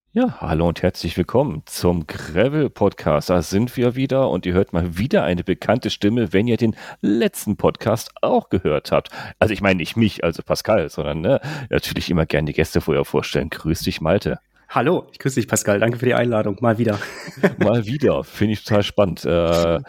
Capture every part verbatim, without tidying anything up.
Ja, hallo und herzlich willkommen zum Gravel-Podcast. Da sind wir wieder und ihr hört mal wieder eine bekannte Stimme, wenn ihr den letzten Podcast auch gehört habt. Also ich meine nicht mich, also Pascal, sondern ne, natürlich immer gerne die Gäste vorher vorstellen. Grüß dich, Malte. Hallo, ich grüße dich, Pascal. Danke für die Einladung. Mal wieder. Mal wieder, finde ich total spannend. Äh,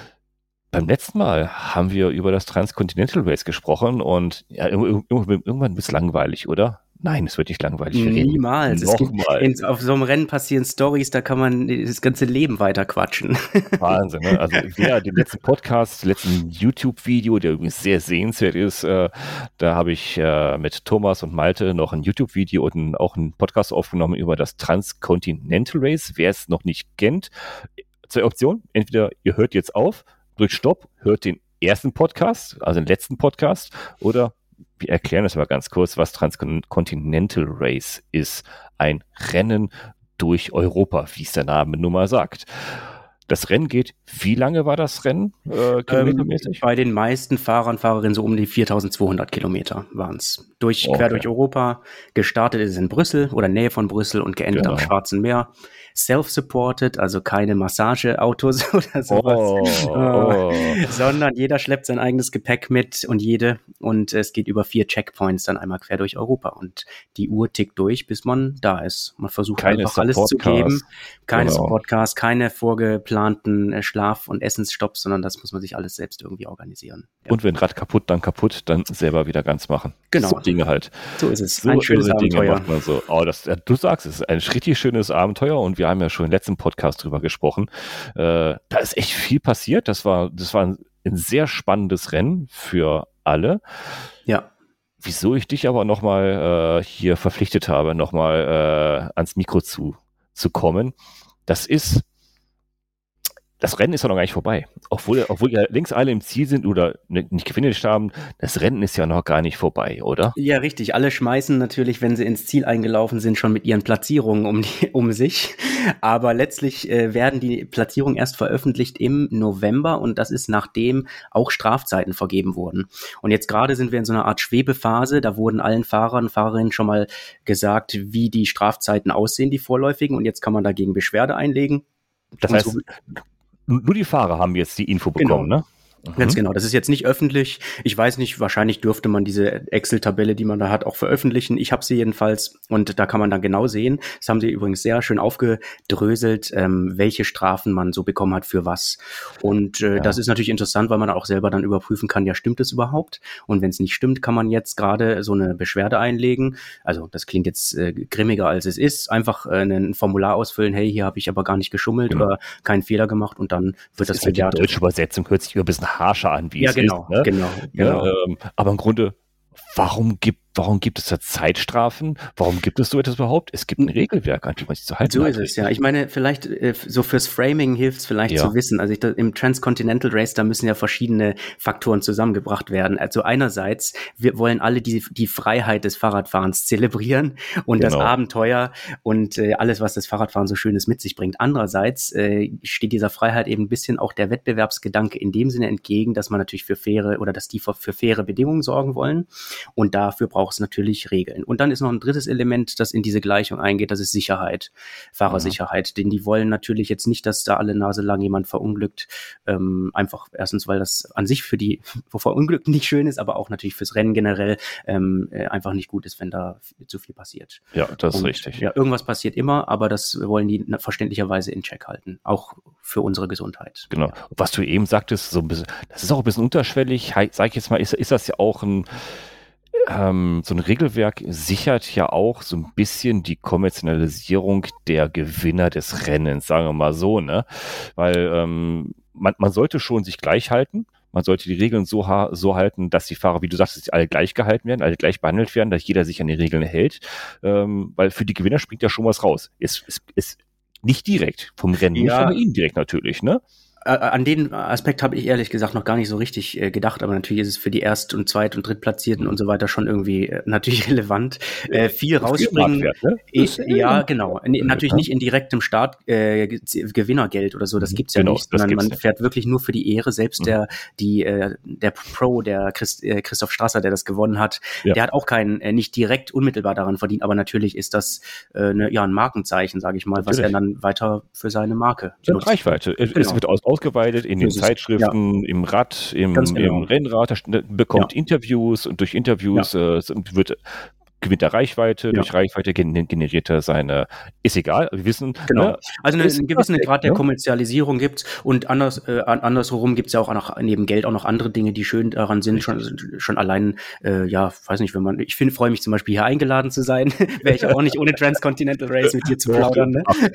beim letzten Mal haben wir über das Transcontinental Race gesprochen und ja, irgendwann, irgendwann wird es langweilig, oder? Nein, es wird nicht langweilig. Wir reden Niemals. Es gibt nochmal. in, auf so einem Rennen passieren Stories, da kann man das ganze Leben weiter quatschen. Wahnsinn, ne? Also wer den letzten Podcast, den letzten YouTube-Video, der übrigens sehr sehenswert ist, äh, da habe ich äh, mit Thomas und Malte noch ein YouTube-Video und ein, auch einen Podcast aufgenommen über das Transcontinental Race. Wer es noch nicht kennt, zwei Optionen. Entweder ihr hört jetzt auf, drückt Stopp, hört den ersten Podcast, also den letzten Podcast, oder wir erklären das mal ganz kurz, was Transcontinental Race ist. Ein Rennen durch Europa, wie es der Name nun mal sagt. Das Rennen geht, wie lange war das Rennen, äh, kilometermäßig? Ähm, bei den meisten Fahrern, Fahrerinnen so um die viertausendzweihundert Kilometer waren es. Durch, Okay. Quer durch Europa. Gestartet ist es in Brüssel oder Nähe von Brüssel und geendet Genau. am Schwarzen Meer. Self-supported, also keine Massageautos oder sowas, Oh, oh. äh, sondern jeder schleppt sein eigenes Gepäck mit und jede. Und es geht über vier Checkpoints dann einmal quer durch Europa. Und die Uhr tickt durch, bis man da ist. Man versucht Keine einfach alles zu Supportcars. geben. Keine Genau. Supportcars, keine vorgeplanten äh, Schlaf- und Essensstopps, sondern das muss man sich alles selbst irgendwie organisieren. Ja. Und wenn Rad kaputt, dann kaputt, dann selber wieder ganz machen. Genau. So Dinge halt. So ist es. So, Ein schönes so Dinge Abenteuer. macht man so. Oh, das, ja, du sagst, es ist ein richtig schönes Abenteuer und wir haben ja schon im letzten Podcast drüber gesprochen. Äh, da ist echt viel passiert. Das war, das war ein, ein sehr spannendes Rennen für alle. Ja. Wieso ich dich aber nochmal äh, hier verpflichtet habe, nochmal äh, ans Mikro zu, zu kommen, das ist, das Rennen ist ja noch gar nicht vorbei. Obwohl, obwohl ja längst alle im Ziel sind oder nicht gefinisht haben, das Rennen ist ja noch gar nicht vorbei, oder? Ja, richtig. Alle schmeißen natürlich, wenn sie ins Ziel eingelaufen sind, schon mit ihren Platzierungen um, die, um sich. Aber letztlich äh, werden die Platzierungen erst veröffentlicht im November und das ist nachdem auch Strafzeiten vergeben wurden. Und jetzt gerade sind wir in so einer Art Schwebephase. Da wurden allen Fahrern und Fahrerinnen schon mal gesagt, wie die Strafzeiten aussehen, die vorläufigen. Und jetzt kann man dagegen Beschwerde einlegen. Das Und heißt, so, nur die Fahrer haben jetzt die Info bekommen, genau. ne? Ganz genau, das ist jetzt nicht öffentlich. Ich weiß nicht, wahrscheinlich dürfte man diese Excel-Tabelle, die man da hat, auch veröffentlichen. Ich habe sie jedenfalls und da kann man dann genau sehen. Das haben sie übrigens sehr schön aufgedröselt, ähm, welche Strafen man so bekommen hat für was. Und äh, Ja. das ist natürlich interessant, weil man auch selber dann überprüfen kann, ja, stimmt es überhaupt? Und wenn es nicht stimmt, kann man jetzt gerade so eine Beschwerde einlegen. Also das klingt jetzt äh, grimmiger, als es ist. Einfach äh, ein Formular ausfüllen, hey, hier habe ich aber gar nicht geschummelt Genau. oder keinen Fehler gemacht und dann wird das, ist halt die bewertet. deutsche Übersetzung, hört sich ein bisschen harscher an, wie Ja, es genau, ist. Ne? genau, genau. Ja, ähm, aber im Grunde, warum gibt, warum gibt es da Zeitstrafen? Warum gibt es so etwas überhaupt? Es gibt ein Regelwerk, an dem man sich zu halten So hat. ist es, ja. Ich meine, vielleicht äh, so fürs Framing hilft es vielleicht Ja. zu wissen. Also ich, da, im Transcontinental Race, da müssen ja verschiedene Faktoren zusammengebracht werden. Also einerseits, wir wollen alle die, die Freiheit des Fahrradfahrens zelebrieren und Genau. das Abenteuer und äh, alles, was das Fahrradfahren so Schönes mit sich bringt. Andererseits äh, steht dieser Freiheit eben ein bisschen auch der Wettbewerbsgedanke in dem Sinne entgegen, dass man natürlich für faire oder dass die für, für faire Bedingungen sorgen wollen. Und dafür braucht es natürlich Regeln. Und dann ist noch ein drittes Element, das in diese Gleichung eingeht, das ist Sicherheit, Fahrersicherheit. Mhm. Denn die wollen natürlich jetzt nicht, dass da alle Nase lang jemand verunglückt. Ähm, einfach erstens, weil das an sich für die Verunglückten nicht schön ist, aber auch natürlich fürs Rennen generell ähm, einfach nicht gut ist, wenn da zu viel passiert. Ja, das ist Und, richtig. Ja, irgendwas passiert immer, aber das wollen die verständlicherweise in Check halten. Auch für unsere Gesundheit. Genau. Was du eben sagtest, so ein bisschen, das ist auch ein bisschen unterschwellig. Sag ich jetzt mal, ist, ist das ja auch ein Ähm, so ein Regelwerk sichert ja auch so ein bisschen die Kommerzialisierung der Gewinner des Rennens, sagen wir mal so, ne? Weil ähm, man, man sollte schon sich gleich halten. Man sollte die Regeln so, ha- so halten, dass die Fahrer, wie du sagst, dass die alle gleich gehalten werden, alle gleich behandelt werden, dass jeder sich an die Regeln hält. Ähm, weil für die Gewinner springt ja schon was raus. Ist, ist, ist nicht direkt vom Rennen, nicht, Ja. aber indirekt natürlich, ne? an den Aspekt habe ich ehrlich gesagt noch gar nicht so richtig äh, gedacht, aber natürlich ist es für die Erst- und Zweit- und Drittplatzierten und so weiter schon irgendwie äh, natürlich relevant. Äh, viel rausspringen, Marktwert, ne? äh, Das ist ja, genau. N natürlich ja. nicht in direktem Start äh, Gewinnergeld oder so, das gibt's ja Genau, nicht, sondern man nicht. fährt wirklich nur für die Ehre. Selbst Mhm. der die äh, der Pro, der Christ, äh, Christoph Strasser, der das gewonnen hat, Ja. der hat auch keinen, äh, nicht direkt unmittelbar daran verdient, aber natürlich ist das äh, ne, ja ein Markenzeichen, sage ich mal, natürlich. Was er dann weiter für seine Marke ja, nutzt. Reichweite. Genau. Es wird aus, ausgeweitet in den ist, Zeitschriften, ja. im Rad, im, genau. im Rennrad, bekommt ja. Interviews und durch Interviews ja. äh, wird gewinnt er Reichweite, ja. durch Reichweite generiert er seine, ist egal, wir wissen. Genau, ne, also eine, einen gewissen Grad der ne? Kommerzialisierung gibt's und anders, äh, andersherum gibt's ja auch noch, neben Geld auch noch andere Dinge, die schön daran sind, schon, schon allein, äh, ja, weiß nicht, wenn man, ich finde, freue mich zum Beispiel hier eingeladen zu sein, wäre ich auch nicht ohne Transcontinental Race mit dir zu plaudern. Ne? Ach,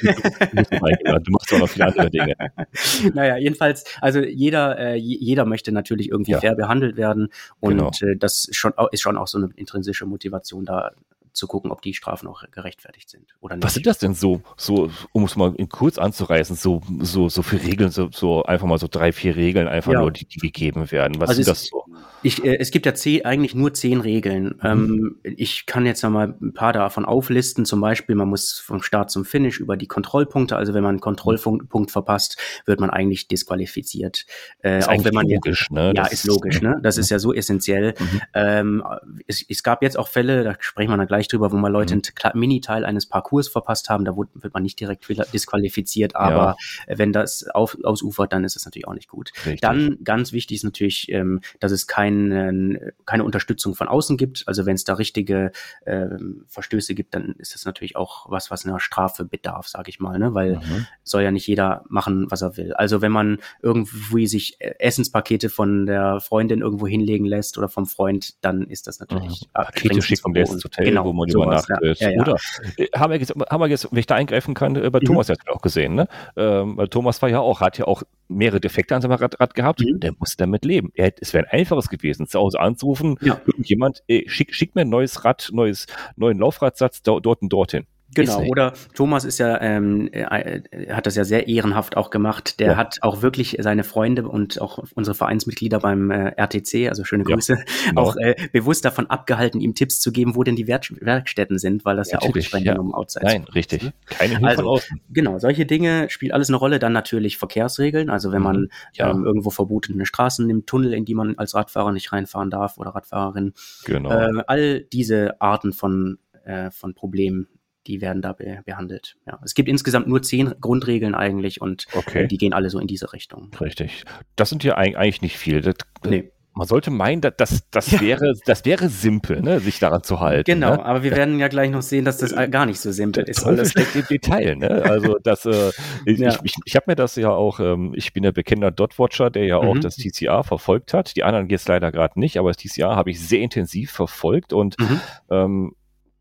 du, du machst auch noch viele andere Dinge. Naja, jedenfalls, also jeder, äh, jeder möchte natürlich irgendwie ja. fair behandelt werden und genau. äh, das schon, ist schon auch so eine intrinsische Motivation da, zu gucken, ob die Strafen auch gerechtfertigt sind oder nicht. Was sind das denn so, so um es mal in kurz anzureißen, so, so, so für Regeln, so, so einfach mal so drei, vier Regeln einfach ja. nur, die, die gegeben werden? Was also sind es, das so? Ich, äh, es gibt ja zehn, eigentlich nur zehn Regeln. Mhm. Ähm, ich kann jetzt noch mal ein paar davon auflisten. Zum Beispiel, man muss vom Start zum Finish über die Kontrollpunkte, also wenn man einen Kontrollpunkt mhm. verpasst, wird man eigentlich disqualifiziert. Äh, ist auch wenn man logisch, ne? Ja, das ist logisch, ne? Das mhm. ist ja so essentiell. Mhm. Ähm, es, es gab jetzt auch Fälle, da sprechen wir dann gleich drüber, wo mal Leute mhm. einen Miniteil eines Parcours verpasst haben, da wird, wird man nicht direkt disqualifiziert, aber ja. wenn das auf, ausufert, dann ist das natürlich auch nicht gut. Richtig. Dann ganz wichtig ist natürlich, ähm, dass es kein, keine Unterstützung von außen gibt. Also wenn es da richtige ähm, Verstöße gibt, dann ist das natürlich auch was, was einer Strafe bedarf, sage ich mal, ne? Weil mhm. soll ja nicht jeder machen, was er will. Also wenn man irgendwie sich Essenspakete von der Freundin irgendwo hinlegen lässt oder vom Freund, dann ist das natürlich mhm. Pakete schicken lässt ins Hotel, genau, wo man übernachtet. Ja. Ja, ja. Oder äh, haben wir jetzt, haben wir jetzt, wenn ich da eingreifen kann, äh, bei mhm. Thomas jetzt auch gesehen, ne? Ähm, weil Thomas war ja auch, hat ja auch mehrere Defekte an seinem Rad, Rad gehabt, mhm. der muss damit leben. Er, es wäre ein einfaches gewesen, zu Hause anzurufen, ja. irgendjemand, ey, schick, schick mir ein neues Rad, neues, neuen Laufradsatz da, dort und dorthin. Genau, oder Thomas ist ja, ähm, äh, hat das ja sehr ehrenhaft auch gemacht. Der ja. hat auch wirklich seine Freunde und auch unsere Vereinsmitglieder beim äh, R T C, also schöne Grüße, ja, genau. auch äh, bewusst davon abgehalten, ihm Tipps zu geben, wo denn die Werk- Werkstätten sind, weil das ja, ja auch streng genommen ja. outside Nein, richtig. Ne? Keine Hilfe also, von außen. Genau, solche Dinge spielt alles eine Rolle. Dann natürlich Verkehrsregeln, also wenn man ja. ähm, irgendwo verbotene Straßen nimmt, Tunnel, in die man als Radfahrer nicht reinfahren darf oder Radfahrerin. Genau. Äh, all diese Arten von, äh, von Problemen, die werden da be- behandelt. Ja. Es gibt insgesamt nur zehn Grundregeln eigentlich und okay. äh, die gehen alle so in diese Richtung. Richtig. Das sind ja eigentlich nicht viel. Das, nee. Man sollte meinen, dass das, das, ja. wäre, das wäre simpel, ne, sich daran zu halten. Genau, ne? aber wir werden ja gleich noch sehen, dass das gar nicht so simpel das ist. Alles steckt im Detail. Ne? Also das, äh, ich, ja. ich, ich, ich habe mir das ja auch, ähm, ich bin ja bekennender Dot-Watcher, der ja mhm. auch das T C A verfolgt hat. Die anderen jetzt leider gerade nicht, aber das T C A habe ich sehr intensiv verfolgt und mhm. ähm,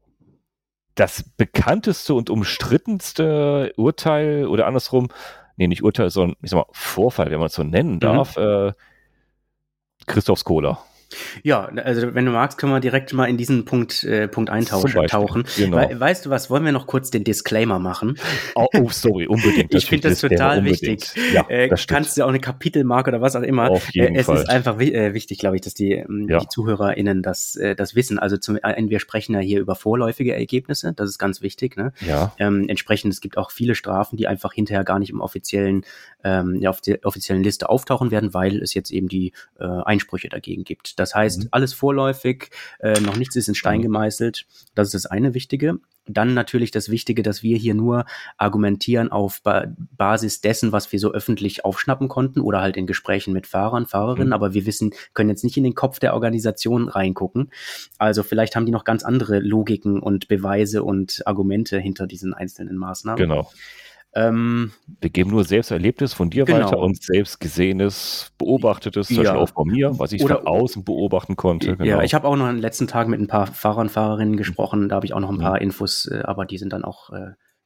das bekannteste und umstrittenste Urteil oder andersrum, nee, nicht Urteil, sondern ich sag mal Vorfall, wenn man es so nennen darf, mhm. äh, Christophs Cola. Ja, also wenn du magst, können wir direkt mal in diesen Punkt, äh, Punkt eintauchen. Genau. We- weißt du was, wollen wir noch kurz den Disclaimer machen? Oh, oh sorry, unbedingt. Ich finde das total unbedingt. wichtig. Ja, äh, kannst du auch eine Kapitelmarke oder was auch immer. Auf jeden äh, es Fall. ist einfach wi- äh, wichtig, glaube ich, dass die, ähm, ja. die ZuhörerInnen das, äh, das wissen. Also zum einen, wir sprechen ja hier über vorläufige Ergebnisse, das ist ganz wichtig. Ne? Ja. Ähm, entsprechend, es gibt auch viele Strafen, die einfach hinterher gar nicht im offiziellen, ähm, ja, auf der offiziellen Liste auftauchen werden, weil es jetzt eben die äh, Einsprüche dagegen gibt. Das heißt, mhm. alles vorläufig, äh, noch nichts ist in Stein gemeißelt. Das ist das eine Wichtige. Dann natürlich das Wichtige, dass wir hier nur argumentieren auf ba- Basis dessen, was wir so öffentlich aufschnappen konnten oder halt in Gesprächen mit Fahrern, Fahrerinnen. Mhm. Aber wir wissen, können jetzt nicht in den Kopf der Organisation reingucken. Also vielleicht haben die noch ganz andere Logiken und Beweise und Argumente hinter diesen einzelnen Maßnahmen. Genau. Ähm, wir geben nur selbst Erlebtes von dir genau. weiter und selbst Gesehenes, Beobachtetes, zum ja. Beispiel auch von mir, was ich Oder, von außen beobachten konnte. Genau. Ja, ich habe auch noch in den letzten Tagen mit ein paar Fahrern, Fahrerinnen gesprochen, da habe ich auch noch ein paar mhm. Infos, äh, aber die sind dann auch äh,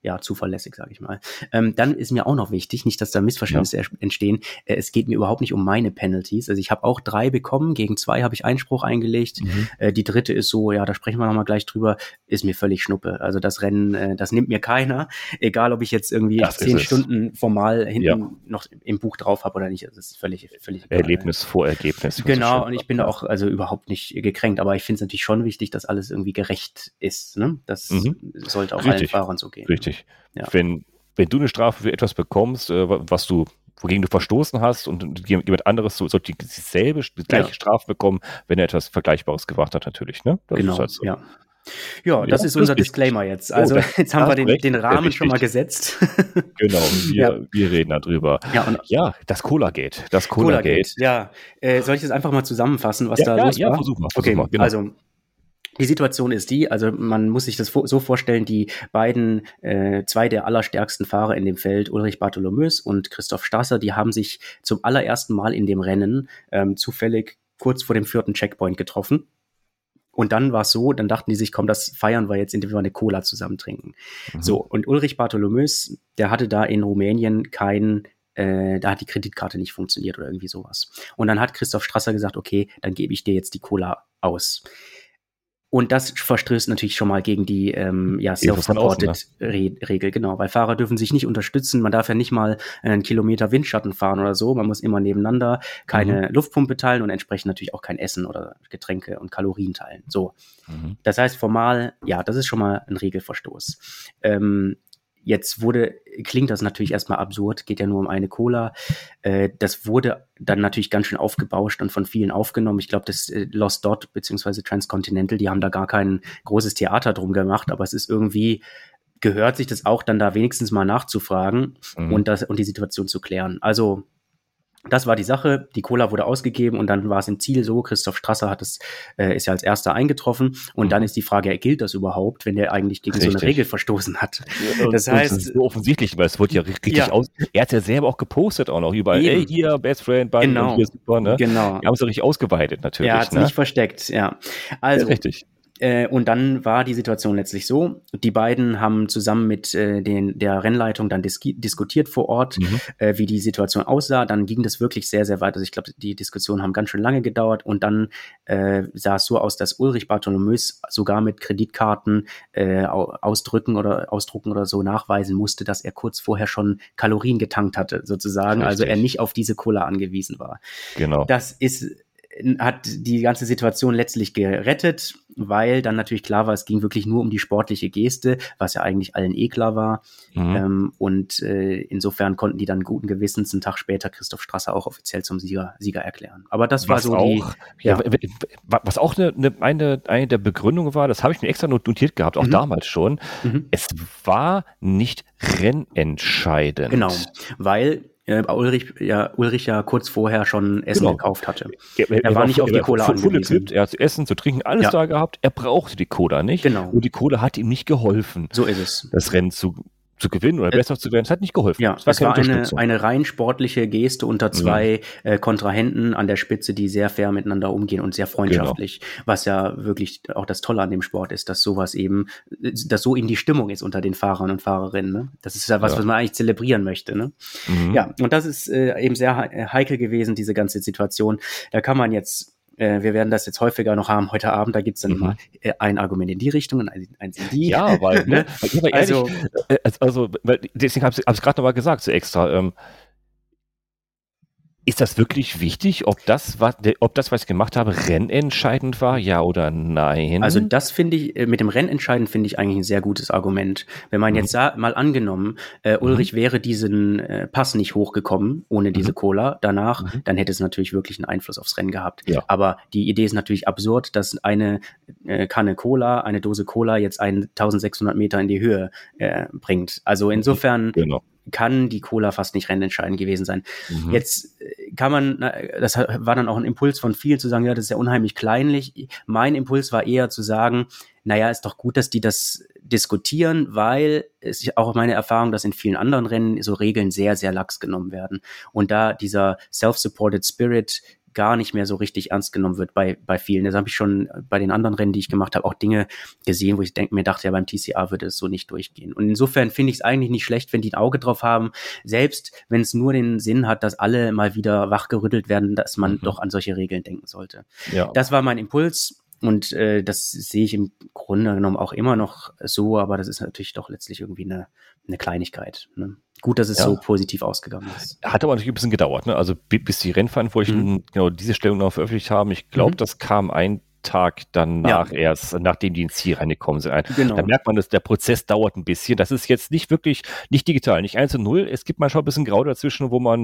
ja, zuverlässig, sage ich mal. Ähm, dann ist mir auch noch wichtig, nicht, dass da Missverständnisse ja. entstehen, äh, es geht mir überhaupt nicht um meine Penalties. Also ich habe auch drei bekommen, gegen zwei habe ich Einspruch eingelegt. Mhm. Äh, die dritte ist so, ja, da sprechen wir nochmal gleich drüber, ist mir völlig Schnuppe. Also das Rennen, äh, das nimmt mir keiner, egal ob ich jetzt irgendwie das zehn Stunden formal hinten ja. noch im Buch drauf habe oder nicht. Das ist völlig, völlig egal. Erlebnis vor Ergebnis. Genau, und ich bin da auch also überhaupt nicht gekränkt, aber ich finde es natürlich schon wichtig, dass alles irgendwie gerecht ist. Ne? Das mhm. sollte auch Richtig. allen Fahrern so gehen. Richtig. Ja. Wenn, wenn du eine Strafe für etwas bekommst, äh, was du, wogegen du verstoßen hast und jemand anderes so, sollte dieselbe, die gleiche ja. Strafe bekommen, wenn er etwas Vergleichbares gemacht hat, natürlich. Ne? Das genau, ist halt so. ja. Ja, das ja, ist unser das Disclaimer jetzt. Also oh, jetzt haben wir den, den Rahmen schon mal gesetzt. Genau, wir, ja. wir reden darüber. Ja, und ja das Cola-Gate. Das Cola-Gate. Cola ja, äh, soll ich das einfach mal zusammenfassen, was ja, da ja, los ja, war? Ja, versuch mal. Versuch okay, mal genau. Also die Situation ist die, also man muss sich das so vorstellen, die beiden, äh, zwei der allerstärksten Fahrer in dem Feld, Ulrich Bartholomeus und Christoph Strasser, die haben sich zum allerersten Mal in dem Rennen ähm, zufällig kurz vor dem vierten Checkpoint getroffen. Und dann war es so, dann dachten die sich, komm, das feiern wir jetzt, indem wir eine Cola zusammen trinken. Mhm. So, und Ulrich Bartholomeus, der hatte da in Rumänien kein, äh, da hat die Kreditkarte nicht funktioniert oder irgendwie sowas. Und dann hat Christoph Strasser gesagt, okay, dann gebe ich dir jetzt die Cola aus. Und das verstößt natürlich schon mal gegen die ähm, ja, Self-Supported-Regel, genau, weil Fahrer dürfen sich nicht unterstützen, man darf ja nicht mal einen Kilometer Windschatten fahren oder so, man muss immer nebeneinander keine mhm. Luftpumpe teilen und entsprechend natürlich auch kein Essen oder Getränke und Kalorien teilen. So, mhm. Das heißt formal, ja, das ist schon mal ein Regelverstoß. Ähm, Jetzt wurde, klingt das natürlich erstmal absurd, geht ja nur um eine Cola. Äh, das wurde dann natürlich ganz schön aufgebauscht und von vielen aufgenommen. Ich glaube, das äh, Lost Dot bzw. Transcontinental, die haben da gar kein großes Theater drum gemacht, aber es ist irgendwie, gehört sich das auch dann da wenigstens mal nachzufragen mhm. und, das, und die Situation zu klären. Also das war die Sache, die Cola wurde ausgegeben und dann war es im Ziel so, Christoph Strasser hat es, äh, ist ja als erster eingetroffen und mhm. dann ist die Frage, gilt das überhaupt, wenn der eigentlich gegen richtig. so eine Regel verstoßen hat? Ja, das heißt, das ist so offensichtlich, weil es wurde ja richtig ja. aus, er hat ja selber auch gepostet auch noch überall, Eben. ey, hier, Best Friend, Buddy, genau. und hier super, ne? Genau. Die haben es ja richtig ausgeweitet natürlich. Er hat es ne? nicht versteckt, ja. Also, ja, richtig. Äh, und dann war die Situation letztlich so, die beiden haben zusammen mit äh, den, der Rennleitung dann dis- diskutiert vor Ort, mhm. äh, wie die Situation aussah. Dann ging das wirklich sehr, sehr weit. Also ich glaube, die Diskussionen haben ganz schön lange gedauert und dann äh, sah es so aus, dass Ulrich Bartholomeus sogar mit Kreditkarten äh, ausdrücken oder ausdrucken oder so nachweisen musste, dass er kurz vorher schon Kalorien getankt hatte, sozusagen. Richtig. Also er nicht auf diese Cola angewiesen war. Genau. Das ist hat die ganze Situation letztlich gerettet, weil dann natürlich klar war, es ging wirklich nur um die sportliche Geste, was ja eigentlich allen eh klar war. Mhm. Ähm, und äh, insofern konnten die dann guten Gewissens einen Tag später Christoph Strasser auch offiziell zum Sieger, Sieger erklären. Aber das war was so auch, die... Ja, ja, was auch eine, eine, eine der Begründungen war, das habe ich mir extra notiert gehabt, auch mhm. damals schon, mhm. es war nicht rennentscheidend. Genau, weil Äh, Ulrich, ja, Ulrich ja kurz vorher schon Essen genau. gekauft hatte. Er, er, er war nicht auf die Cola angewiesen. Er hat zu essen, zu trinken, alles ja. da gehabt. Er brauchte die Cola nicht. Genau. Und die Cola hat ihm nicht geholfen. So ist es. Das Rennen zu, zu gewinnen oder äh, besser zu werden, es hat nicht geholfen. Ja, es war, es war eine, eine rein sportliche Geste unter zwei ja. äh, Kontrahenten an der Spitze, die sehr fair miteinander umgehen und sehr freundschaftlich. Genau. Was ja wirklich auch das Tolle an dem Sport ist, dass sowas eben, dass so eben die Stimmung ist unter den Fahrern und Fahrerinnen. Ne? Das ist ja was, ja. was man eigentlich zelebrieren möchte. Ne? Mhm. Ja, und das ist äh, eben sehr heikel gewesen, diese ganze Situation. Da kann man jetzt wir werden das jetzt häufiger noch haben heute Abend, da gibt's dann mhm. immer ein Argument in die Richtung und eins in die. Ja, weil, ne? weil ehrlich, also, also weil, deswegen habe ich es gerade nochmal gesagt, so extra, ähm, ist das wirklich wichtig, ob das, was, ob das, was ich gemacht habe, rennentscheidend war, ja oder nein? Also das finde ich, mit dem Rennentscheidend finde ich eigentlich ein sehr gutes Argument. Wenn man mhm. jetzt sa- mal angenommen, äh, Ulrich mhm. wäre diesen äh, Pass nicht hochgekommen ohne mhm. diese Cola danach, mhm. dann hätte es natürlich wirklich einen Einfluss aufs Rennen gehabt. Ja. Aber die Idee ist natürlich absurd, dass eine äh, Kanne Cola, eine Dose Cola jetzt eintausendsechshundert Meter in die Höhe äh, bringt. Also insofern... Genau. kann die Cola fast nicht rennentscheidend gewesen sein. Mhm. Jetzt kann man, das war dann auch ein Impuls von vielen zu sagen, ja, das ist ja unheimlich kleinlich. Mein Impuls war eher zu sagen, naja, ist doch gut, dass die das diskutieren, weil es ist auch meine Erfahrung, dass in vielen anderen Rennen so Regeln sehr, sehr lax genommen werden. Und da dieser self-supported Spirit, gar nicht mehr so richtig ernst genommen wird bei, bei vielen. Das habe ich schon bei den anderen Rennen, die ich gemacht habe, auch Dinge gesehen, wo ich denk, mir dachte, ja, beim T C R würde es so nicht durchgehen. Und insofern finde ich es eigentlich nicht schlecht, wenn die ein Auge drauf haben, selbst wenn es nur den Sinn hat, dass alle mal wieder wachgerüttelt werden, dass man mhm. doch an solche Regeln denken sollte. Ja. Das war mein Impuls. Und äh, das sehe ich im Grunde genommen auch immer noch so, aber das ist natürlich doch letztlich irgendwie eine, eine Kleinigkeit. Ne? Gut, dass es ja. so positiv ausgegangen ist. Hat aber natürlich ein bisschen gedauert, ne? Also bis die Rennverantwortlichen mhm. genau diese Stellungnahme veröffentlicht haben. Ich glaube, mhm. das kam ein Tag danach ja. erst, nachdem die ins Ziel reingekommen sind. Genau. Da merkt man, dass der Prozess dauert ein bisschen. Das ist jetzt nicht wirklich, nicht digital, nicht eins und null. Es gibt manchmal ein bisschen Grau dazwischen, wo man,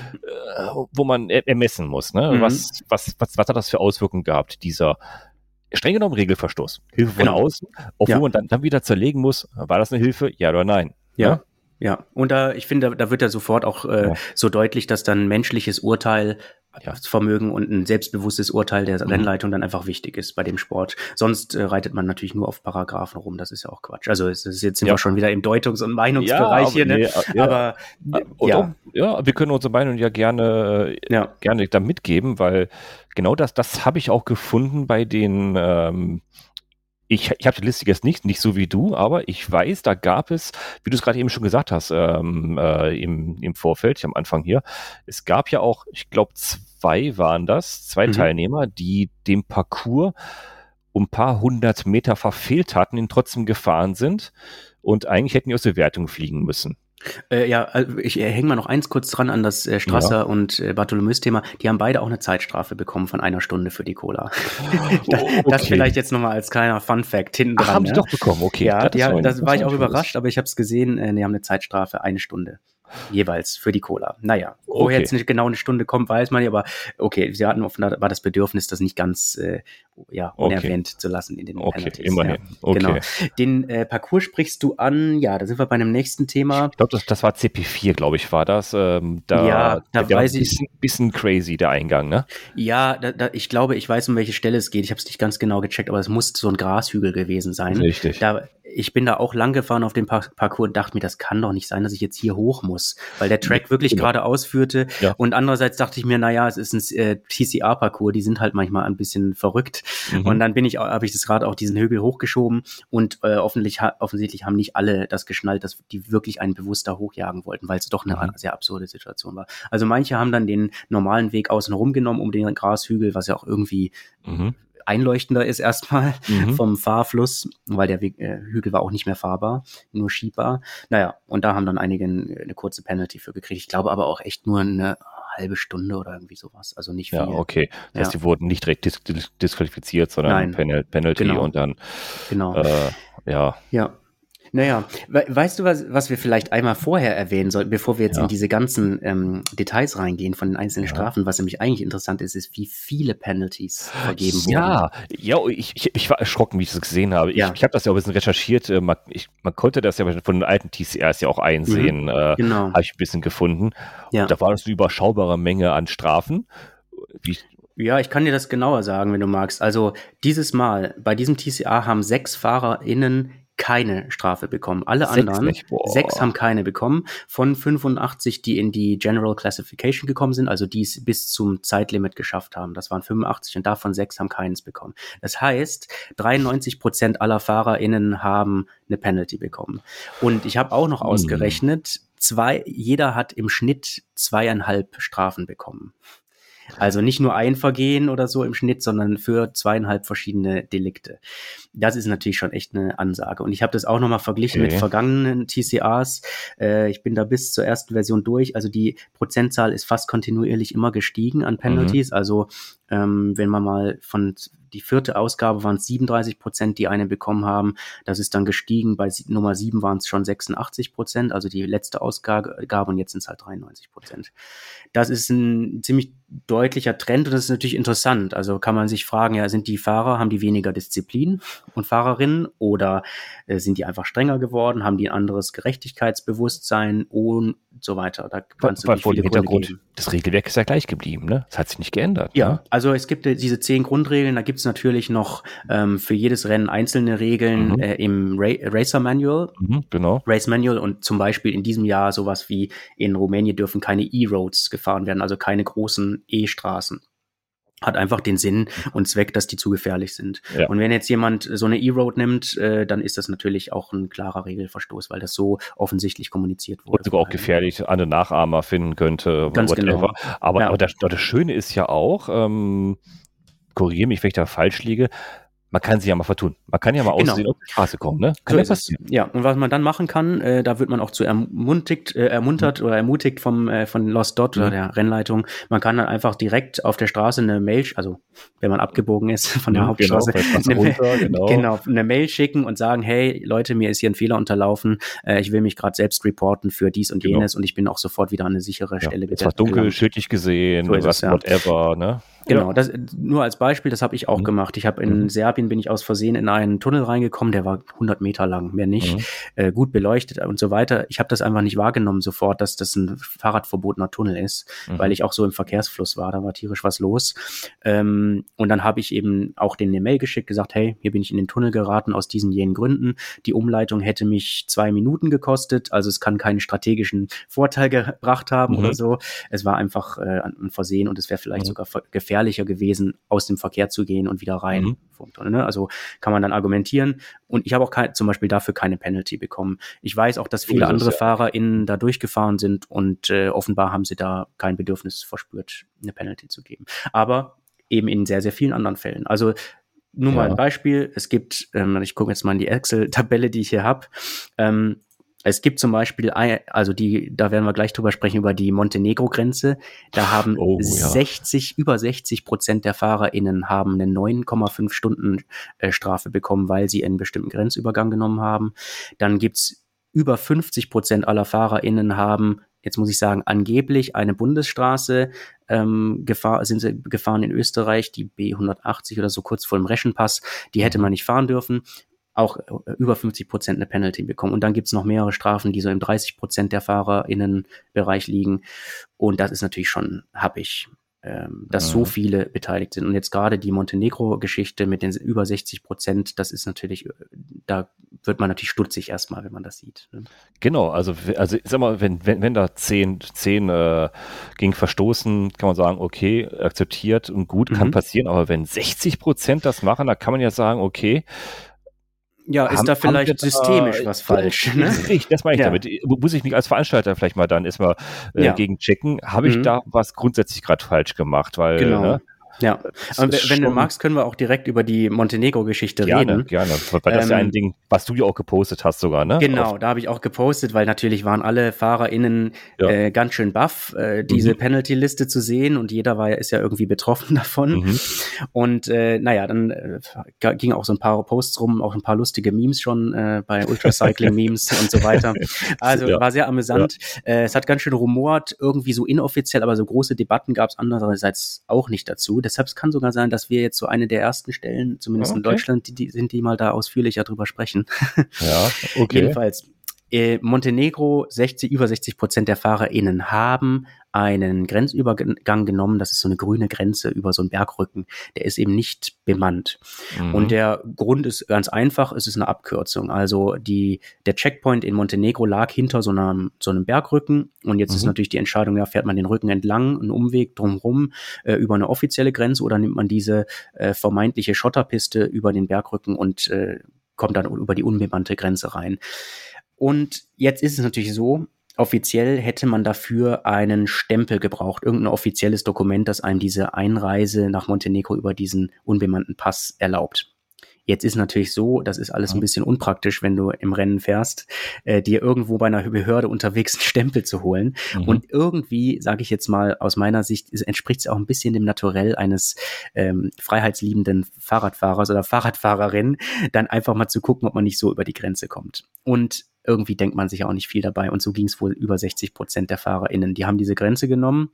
äh, wo man ermessen muss. Ne? Mhm. Was, was, was, was hat das für Auswirkungen gehabt, dieser streng genommen Regelverstoß. Hilfe von genau. außen, obwohl ja. man dann, dann wieder zerlegen muss, war das eine Hilfe, ja oder nein? Ja, ja. ja. Und da, ich finde, da wird ja sofort auch äh, ja. so deutlich, dass dann menschliches Urteil, ja. Vermögen und ein selbstbewusstes Urteil der mhm. Rennleitung dann einfach wichtig ist bei dem Sport. Sonst äh, reitet man natürlich nur auf Paragraphen rum, das ist ja auch Quatsch. Also es ist jetzt sind ja. wir schon wieder im Deutungs- und Meinungsbereich ja, hier, ne? Nee, ja. Aber und ja. Auch, ja, wir können unsere Meinung ja gerne, ja. gerne da mitgeben, weil genau das, das habe ich auch gefunden bei den ähm, Ich, ich habe die Liste jetzt nicht, nicht so wie du, aber ich weiß, da gab es, wie du es gerade eben schon gesagt hast, ähm, äh, im, im Vorfeld, am Anfang hier, es gab ja auch, ich glaube, zwei waren das, zwei mhm. Teilnehmer, die dem Parcours um ein paar hundert Meter verfehlt hatten, ihn trotzdem gefahren sind und eigentlich hätten die aus der Wertung fliegen müssen. Äh, ja, also ich äh, hänge mal noch eins kurz dran an das äh, Strasser ja. und äh, Bartholomäus-Thema. Die haben beide auch eine Zeitstrafe bekommen von einer Stunde für die Cola. das, okay. das vielleicht jetzt nochmal als kleiner Fun-Fact hinten dran. Ach, haben ne? die doch bekommen, okay. Ja, das, ja, das war ich auch überrascht, aber ich habe es gesehen, äh, die haben eine Zeitstrafe, eine Stunde. Jeweils für die Cola. Naja, okay. Woher jetzt nicht genau eine Stunde kommt, weiß man nicht, aber okay, sie hatten offenbar war das Bedürfnis, das nicht ganz äh, ja, unerwähnt okay. zu lassen in den okay, Penalties. Immerhin. Ja, okay. Genau. Den äh, Parcours sprichst du an, ja, da sind wir bei einem nächsten Thema. Ich glaube, das, das war C P vier, glaube ich, war das. Ähm, da, ja, da der weiß war ein bisschen, ich. bisschen crazy, der Eingang, ne? Ja, da, da, ich glaube, ich weiß, um welche Stelle es geht. Ich habe es nicht ganz genau gecheckt, aber es muss so ein Grashügel gewesen sein. Richtig. Da, ich bin da auch lang gefahren auf dem Par- Parcours und dachte mir, das kann doch nicht sein, dass ich jetzt hier hoch muss, weil der Track wirklich genau. geradeaus führte. Ja. Und andererseits dachte ich mir, naja, es ist ein äh, T C R-Parcours, die sind halt manchmal ein bisschen verrückt. Mhm. Und dann bin ich, habe ich das Rad auch diesen Hügel hochgeschoben und äh, offensichtlich, offensichtlich haben nicht alle das geschnallt, dass die wirklich einen bewusst da hochjagen wollten, weil es doch eine mhm. sehr absurde Situation war. Also manche haben dann den normalen Weg außen rum genommen um den Grashügel, was ja auch irgendwie mhm. einleuchtender ist erstmal mhm. vom Fahrfluss, weil der Weg, äh, Hügel war auch nicht mehr fahrbar, nur schiebbar. Naja, und da haben dann einige eine kurze Penalty für gekriegt. Ich glaube aber auch echt nur eine halbe Stunde oder irgendwie sowas, also nicht viel. Ja, okay. Das heißt, ja. die wurden nicht direkt dis- dis- disqualifiziert, sondern Penal- Penalty genau. und dann genau. Äh, ja. Ja. Naja, we- weißt du, was, was wir vielleicht einmal vorher erwähnen sollten, bevor wir jetzt ja. in diese ganzen ähm, Details reingehen von den einzelnen ja. Strafen? Was nämlich eigentlich interessant ist, ist, wie viele Penalties vergeben ja. wurden. Ja, ich, ich, ich war erschrocken, wie ich das gesehen habe. Ja. Ich, ich habe das ja auch ein bisschen recherchiert. Man, ich, man konnte das ja von den alten T C Rs ja auch einsehen. Mhm. Äh, genau. Habe ich ein bisschen gefunden. Ja. Und da war das eine überschaubare Menge an Strafen. Wie Ja, ich kann dir das genauer sagen, wenn du magst. Also dieses Mal, bei diesem T C R haben sechs FahrerInnen keine Strafe bekommen. Alle sechs anderen, nicht, sechs haben keine bekommen. Von fünfundachtzig, die in die General Classification gekommen sind, also die es bis zum Zeitlimit geschafft haben. Das waren fünfundachtzig und davon sechs haben keines bekommen. Das heißt, dreiundneunzig Prozent aller FahrerInnen haben eine Penalty bekommen. Und ich habe auch noch hm. ausgerechnet, zwei, jeder hat im Schnitt zweieinhalb Strafen bekommen. Also nicht nur ein Vergehen oder so im Schnitt, sondern für zweieinhalb verschiedene Delikte. Das ist natürlich schon echt eine Ansage. Und ich habe das auch nochmal verglichen okay. mit vergangenen T C Rs. Äh, ich bin da bis zur ersten Version durch. Also die Prozentzahl ist fast kontinuierlich immer gestiegen an Penalties. Mhm. Also ähm, wenn man mal von die vierte Ausgabe waren es siebenunddreißig Prozent, die eine bekommen haben. Das ist dann gestiegen. Bei Nummer sieben waren es schon sechsundachtzig Prozent, also die letzte Ausgabe. Und jetzt sind es halt dreiundneunzig Prozent. Das ist ein ziemlich deutlicher Trend und das ist natürlich interessant. Also kann man sich fragen, ja, sind die Fahrer, haben die weniger Disziplin und Fahrerinnen oder äh, sind die einfach strenger geworden, haben die ein anderes Gerechtigkeitsbewusstsein und so weiter. Da kannst du vor dem Hintergrund, das Regelwerk ist ja gleich geblieben, ne? Das hat sich nicht geändert. Ja, ne? Also es gibt äh, diese zehn Grundregeln, da gibt es natürlich noch ähm, für jedes Rennen einzelne Regeln mhm. äh, im Ra- Racer Manual. Mhm, genau. Race Manual und zum Beispiel in diesem Jahr sowas wie in Rumänien dürfen keine E-Roads gefahren werden, also keine großen E-Straßen. hat einfach den Sinn und Zweck, dass die zu gefährlich sind. Ja. Und wenn jetzt jemand so eine E-Road nimmt, äh, dann ist das natürlich auch ein klarer Regelverstoß, weil das so offensichtlich kommuniziert wurde. Und sogar auch gefährlich an den Nachahmer finden könnte. Ganz whatever. genau. Aber, Ja. aber das, das Schöne ist ja auch, ähm, korrigiere mich, wenn ich da falsch liege, man kann sich ja mal vertun. Man kann ja mal Genau. aussehen auf die Straße kommen, ne? Kann So ja ist es. passieren. Ja, und was man dann machen kann, äh, da wird man auch zu ermutigt, äh, ermuntert oder ermutigt vom äh, von Lost Dot oder Mhm. der Rennleitung. Man kann dann einfach direkt auf der Straße eine Mail, sch- also wenn man abgebogen ist von der Mhm, Hauptstraße, genau, von der eine, Straße runter, genau. genau, eine Mail schicken und sagen, hey Leute, mir ist hier ein Fehler unterlaufen, äh, ich will mich gerade selbst reporten für dies und Genau. jenes und ich bin auch sofort wieder an eine sichere Ja, Stelle es war dunkel, gelangt. schildlich gesehen, So ist was, es, ja. whatever, ne? Genau, Ja. das nur als Beispiel, das habe ich auch Mhm. gemacht. Ich habe in Mhm. Serbien bin ich aus Versehen in einen Tunnel reingekommen, der war hundert Meter lang, mehr nicht, Mhm. äh, gut beleuchtet und so weiter. Ich habe das einfach nicht wahrgenommen sofort, dass das ein fahrradverbotener Tunnel ist, Mhm. weil ich auch so im Verkehrsfluss war, da war tierisch was los. Ähm, und dann habe ich eben auch denen eine Mail geschickt, gesagt, hey, hier bin ich in den Tunnel geraten aus diesen jenen Gründen. Die Umleitung hätte mich zwei Minuten gekostet, also es kann keinen strategischen Vorteil gebracht haben Mhm. oder so. Es war einfach äh, ein Versehen und es wäre vielleicht Mhm. sogar ver- gefährlicher gewesen, aus dem Verkehr zu gehen und wieder rein. Mhm. vom Tunnel, ne? Also kann man dann argumentieren. Und ich habe auch kein, zum Beispiel dafür keine Penalty bekommen. Ich weiß auch, dass So viele ist es, andere ja. FahrerInnen da durchgefahren sind und äh, offenbar haben sie da kein Bedürfnis verspürt, eine Penalty zu geben. Aber eben in sehr, sehr vielen anderen Fällen. Also nur mal Ja. ein Beispiel. Es gibt, ähm, ich gucke jetzt mal in die Excel-Tabelle, die ich hier habe. Ähm, es gibt zum Beispiel, ein- also die, da werden wir gleich drüber sprechen, über die Montenegro-Grenze. Da haben Oh, ja. sechzig, über sechzig Prozent der FahrerInnen haben eine neun Komma fünf Stunden äh, Strafe bekommen, weil sie einen bestimmten Grenzübergang genommen haben. Dann gibt's über fünfzig Prozent aller FahrerInnen haben, jetzt muss ich sagen, angeblich eine Bundesstraße ähm, gefahr, sind sie gefahren in Österreich, die B hundertachtzig oder so kurz vor dem Reschenpass, die hätte Mhm. man nicht fahren dürfen. Auch äh, über fünfzig Prozent eine Penalty bekommen. Und dann gibt's noch mehrere Strafen, die so im dreißig Prozent der FahrerInnenbereich liegen. Und das ist natürlich schon happig, ähm, dass so Mhm. viele beteiligt sind. Und jetzt gerade die Montenegro-Geschichte mit den über sechzig Prozent, das ist natürlich, äh, da wird man natürlich stutzig erstmal, wenn man das sieht. Ne? Genau, also, also ich sag mal, wenn, wenn, wenn da zehn, zehn äh, gegen verstoßen, kann man sagen, okay, akzeptiert und gut, kann Mhm. passieren, aber wenn sechzig Prozent das machen, da kann man ja sagen, okay, Ja, ist haben, da haben wir vielleicht da, systemisch was falsch. Ne? Richtig, das meine ich Ja. damit. Muss ich mich als Veranstalter vielleicht mal dann erstmal äh, Ja. gegen checken, habe ich Mhm. da was grundsätzlich gerade falsch gemacht, weil, Genau. ne, Ja, es aber ist wenn du schon magst, können wir auch direkt über die Montenegro-Geschichte gerne, reden. gerne, weil das ist ja ein Ähm, Ding, was du ja auch gepostet hast sogar, ne? Genau, Auf, da habe ich auch gepostet, weil natürlich waren alle FahrerInnen ja. äh, ganz schön baff, äh, diese Mhm. Penalty-Liste zu sehen und jeder war ja, ist ja irgendwie betroffen davon. Mhm. Und äh, naja, dann äh, ging auch so ein paar Posts rum, auch ein paar lustige Memes schon äh, bei Ultracycling-Memes und so weiter. Also Ja. war sehr amüsant. Äh, es hat ganz schön rumort, irgendwie so inoffiziell, aber so große Debatten gab es andererseits auch nicht dazu. Deshalb es kann sogar sein, dass wir jetzt so eine der ersten Stellen, zumindest in Okay. Deutschland, die, die sind, die mal da ausführlicher drüber sprechen. Ja, okay. Jedenfalls, äh, Montenegro, sechzig, über sechzig Prozent der FahrerInnen haben einen Grenzübergang genommen. Das ist so eine grüne Grenze über so einen Bergrücken. Der ist eben nicht bemannt. Mhm. Und der Grund ist ganz einfach. Es ist eine Abkürzung. Also die, der Checkpoint in Montenegro lag hinter so einem, so einem Bergrücken. Und jetzt Mhm. ist natürlich die Entscheidung, ja, fährt man den Rücken entlang, einen Umweg drumherum, äh, über eine offizielle Grenze oder nimmt man diese äh, vermeintliche Schotterpiste über den Bergrücken und äh, kommt dann über die unbemannte Grenze rein. Und jetzt ist es natürlich so, offiziell hätte man dafür einen Stempel gebraucht, irgendein offizielles Dokument, das einem diese Einreise nach Montenegro über diesen unbemannten Pass erlaubt. Jetzt ist natürlich so, das ist alles ein bisschen unpraktisch, wenn du im Rennen fährst, äh, dir irgendwo bei einer Behörde unterwegs einen Stempel zu holen. Mhm. Und irgendwie, sage ich jetzt mal, aus meiner Sicht entspricht es auch ein bisschen dem Naturell eines ähm, freiheitsliebenden Fahrradfahrers oder Fahrradfahrerin, dann einfach mal zu gucken, ob man nicht so über die Grenze kommt. Und irgendwie denkt man sich auch nicht viel dabei. Und so ging es wohl über sechzig Prozent der FahrerInnen. Die haben diese Grenze genommen.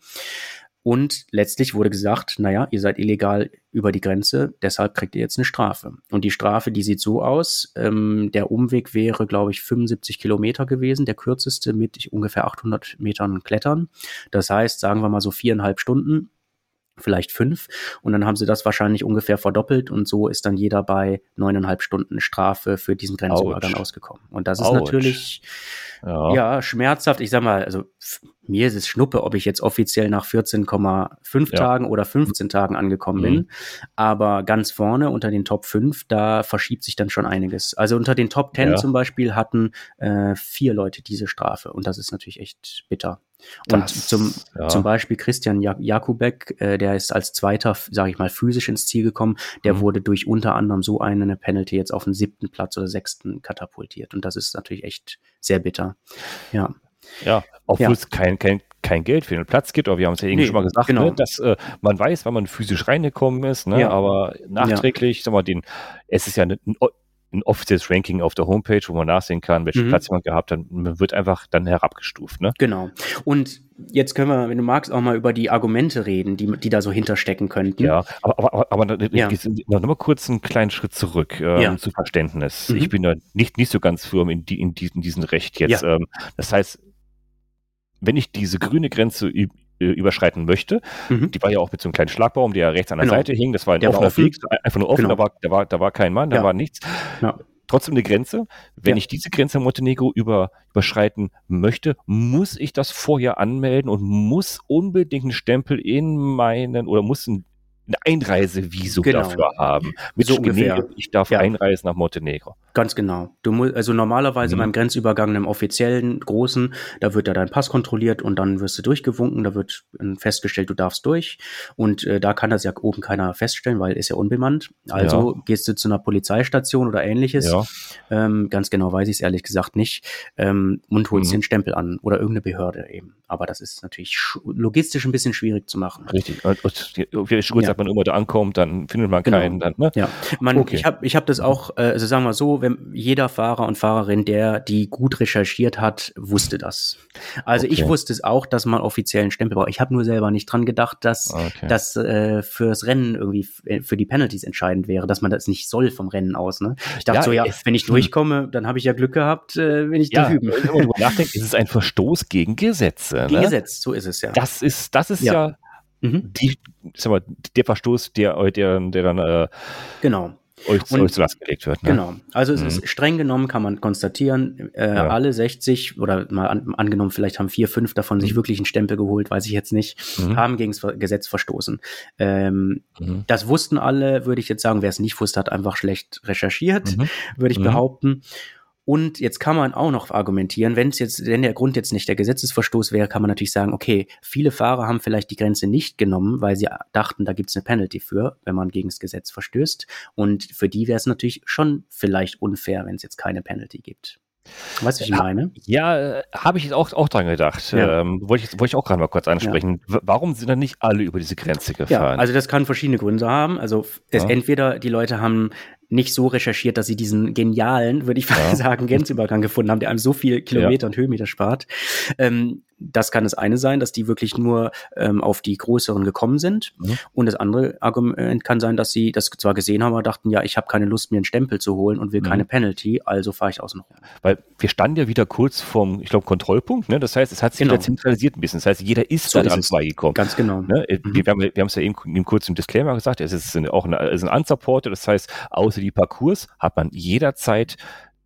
Und letztlich wurde gesagt, naja, ihr seid illegal über die Grenze, deshalb kriegt ihr jetzt eine Strafe. Und die Strafe, die sieht so aus, ähm, der Umweg wäre, glaube ich, fünfundsiebzig Kilometer gewesen, der kürzeste mit ungefähr achthundert Metern Klettern. Das heißt, sagen wir mal so viereinhalb Stunden, vielleicht fünf. Und dann haben sie das wahrscheinlich ungefähr verdoppelt und so ist dann jeder bei neuneinhalb Stunden Strafe für diesen Grenzübergang Autsch. ausgekommen. Und das ist Autsch. natürlich... Ja. Ja, schmerzhaft. Ich sag mal, also mir ist es Schnuppe, ob ich jetzt offiziell nach vierzehn Komma fünf Ja. Tagen oder fünfzehn Tagen angekommen Mhm. bin. Aber ganz vorne unter den Top fünf, da verschiebt sich dann schon einiges. Also unter den Top zehn Ja. zum Beispiel hatten äh, vier Leute diese Strafe. Und das ist natürlich echt bitter. Und Das, zum, ja. zum Beispiel Christian Jak- Jakubek, äh, der ist als Zweiter, sage ich mal, physisch ins Ziel gekommen. Der Mhm. wurde durch unter anderem so eine Penalty jetzt auf den siebten Platz oder sechsten katapultiert. Und das ist natürlich echt sehr bitter. Ja. Ja, obwohl Ja. es kein, kein, kein Geld für den Platz gibt, aber wir haben es ja eben Nee, schon mal gesagt, genau. ne, dass äh, man weiß, wann man physisch reingekommen ist, ne, Ja. aber nachträglich, sag mal, den, es ist ja ein, ein offizielles Ranking auf der Homepage, wo man nachsehen kann, welchen Mhm. Platz jemand gehabt hat. Man wird einfach dann herabgestuft, ne? Genau. Und jetzt können wir, wenn du magst, auch mal über die Argumente reden, die, die da so hinterstecken könnten. Ja, aber, aber, aber, aber Ja. noch mal kurz einen kleinen Schritt zurück ähm, Ja. zu Verständnis. Mhm. Ich bin da nicht, nicht so ganz firm in, die, in, diesen, diesen Recht jetzt. Ja. Ähm, das heißt, wenn ich diese grüne Grenze ü- äh, überschreiten möchte, Mhm. die war ja auch mit so einem kleinen Schlagbaum, der rechts an der Genau. Seite hing, das war ein Der war offener offen. Weg, einfach nur offen, Genau. da, war, da, war, da war kein Mann, da Ja. war nichts. Ja. Trotzdem eine Grenze. Wenn Ja. ich diese Grenze in Montenegro über, überschreiten möchte, muss ich das vorher anmelden und muss unbedingt einen Stempel in meinen, oder muss ein ein Einreisevisum Genau. dafür haben. Mit So ungefähr. Genehmigung, ich darf Ja. einreisen nach Montenegro. Ganz genau. Du musst, also normalerweise Mhm. beim Grenzübergang, einem offiziellen, großen, da wird da dein Pass kontrolliert und dann wirst du durchgewunken, da wird äh, festgestellt, du darfst durch. Und äh, da kann das ja oben keiner feststellen, weil ist ja unbemannt. Also Ja. gehst du zu einer Polizeistation oder ähnliches. Ja. Ähm, ganz genau weiß ich es ehrlich gesagt nicht. Ähm, und holst Mhm. dir einen Stempel an oder irgendeine Behörde eben. Aber das ist natürlich sch- logistisch ein bisschen schwierig zu machen. Richtig. Und, und wie schon Ja. gesagt, man immer da ankommt, dann findet man Genau. keinen. Dann, ne? Ja, man, Okay. ich habe ich hab das auch, äh, also sagen wir so, wenn jeder Fahrer und Fahrerin, der die gut recherchiert hat, wusste das. Also ich Okay. wusste es auch, dass man offiziellen Stempel braucht. Ich habe nur selber nicht dran gedacht, dass Okay. das das äh, fürs Rennen irgendwie f- äh, für die Penalties entscheidend wäre, dass man das nicht soll vom Rennen aus. Ne? Ich dachte Ja, so, ja, es- wenn ich durchkomme, dann habe ich ja Glück gehabt, äh, wenn ich Ja, da wenn üben. man drüber nachdenkt, ist es ein Verstoß gegen Gesetze. Gegen Ne? Gesetz, so ist es ja. Das ist, das ist ja, Ja. Mhm. die, sag mal, der Verstoß, der, der, der dann äh, Genau. euch, Und- euch zu Last gelegt wird. Ne? Genau. Also es Mhm. ist streng genommen, kann man konstatieren, äh, Ja. alle sechzig oder mal an, angenommen, vielleicht haben vier, fünf davon sich Mhm. wirklich einen Stempel geholt, weiß ich jetzt nicht, Mhm. haben gegen das Ver- Gesetz verstoßen. Ähm, Mhm. das wussten alle, würde ich jetzt sagen. Wer es nicht wusste, hat einfach schlecht recherchiert, Mhm. würde ich Mhm. behaupten. Und jetzt kann man auch noch argumentieren, wenn es jetzt, wenn der Grund jetzt nicht der Gesetzesverstoß wäre, kann man natürlich sagen, okay, viele Fahrer haben vielleicht die Grenze nicht genommen, weil sie dachten, da gibt es eine Penalty für, wenn man gegen das Gesetz verstößt. Und für die wäre es natürlich schon vielleicht unfair, wenn es jetzt keine Penalty gibt. Weißt du, was ich meine? Ja, äh, habe ich jetzt auch, auch dran gedacht. Ja. Ähm, wollte ich, wollte ich auch gerade mal kurz ansprechen. W- Warum sind dann nicht alle über diese Grenze Ja, gefahren? also das kann verschiedene Gründe haben. Also f- es Ja. entweder die Leute haben nicht so recherchiert, dass sie diesen genialen, würde ich Ja. sagen, Grenzübergang gefunden haben, der einem so viel Kilometer und Höhenmeter spart. Ähm, das kann das eine sein, dass die wirklich nur ähm, auf die größeren gekommen sind. Mhm. Und das andere Argument kann sein, dass sie das zwar gesehen haben, aber dachten, ja, ich habe keine Lust, mir einen Stempel zu holen und will Mhm. keine Penalty, also fahre ich außen rum. Weil wir standen ja wieder kurz vom, ich glaube, Kontrollpunkt. Ne? Das heißt, es hat sich Genau. wieder zentralisiert ein bisschen. Das heißt, jeder ist So da ist dran es. vorbeigekommen. Ganz genau. Ne? Wir, Mhm. wir haben wir haben es ja eben in dem kurzen Disclaimer gesagt, es ist ein, auch ein, es ist ein Unsupported, das heißt, außer die Parcours hat man jederzeit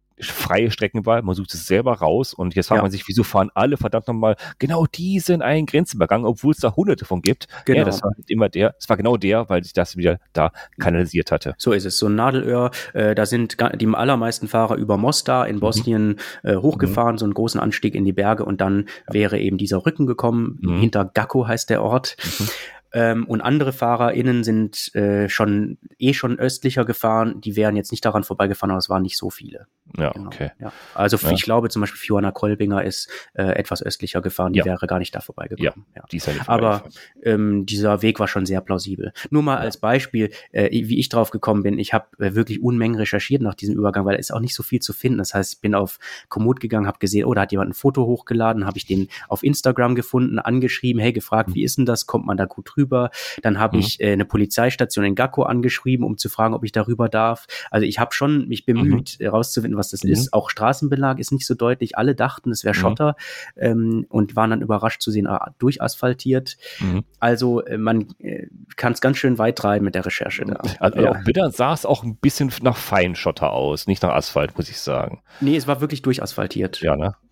freie Streckenwahl, man sucht es selber raus und jetzt fragt Ja. man sich, wieso fahren alle verdammt nochmal genau diesen einen Grenzübergang, obwohl es da hunderte von gibt. Genau. Ja, das war halt immer der, es war genau der, weil sich das wieder da kanalisiert hatte. So ist es. So ein Nadelöhr, äh, da sind ga- die allermeisten Fahrer über Mostar in Bosnien äh, hochgefahren, so einen großen Anstieg in die Berge und dann wäre eben dieser Rücken gekommen. Mhm. Hinter Gacko heißt der Ort. Mhm. Ähm, und andere FahrerInnen sind äh, schon eh schon östlicher gefahren. Die wären jetzt nicht daran vorbeigefahren, aber es waren nicht so viele. Ja, Genau. okay. Ja. Also Ja. ich glaube zum Beispiel Fiona Kolbinger ist äh, etwas östlicher gefahren. Die Ja. wäre gar nicht da vorbeigekommen. Ja. Die ist ja nicht Aber vorbeigefahren. ähm, dieser Weg war schon sehr plausibel. Nur mal als Beispiel, äh, wie ich drauf gekommen bin. Ich habe äh, wirklich Unmengen recherchiert nach diesem Übergang, weil es ist auch nicht so viel zu finden. Das heißt, ich bin auf Komoot gegangen, habe gesehen, oh, da hat jemand ein Foto hochgeladen, habe ich den auf Instagram gefunden, angeschrieben, hey, gefragt, Mhm. wie ist denn das? Kommt man da gut rüber? Dann habe Mhm. ich äh, eine Polizeistation in Gacko angeschrieben, um zu fragen, ob ich darüber darf. Also ich habe schon mich bemüht, herauszufinden, was das Mhm. ist. Auch Straßenbelag ist nicht so deutlich. Alle dachten, es wäre Mhm. Schotter ähm, und waren dann überrascht zu sehen, ah, durchasphaltiert. Mhm. Also äh, man äh, kann es ganz schön weit treiben mit der Recherche da. Also Ja. auf Bildern sah es auch ein bisschen nach Feinschotter aus, nicht nach Asphalt, muss ich sagen. Nee, es war wirklich durchasphaltiert. Ja, ne?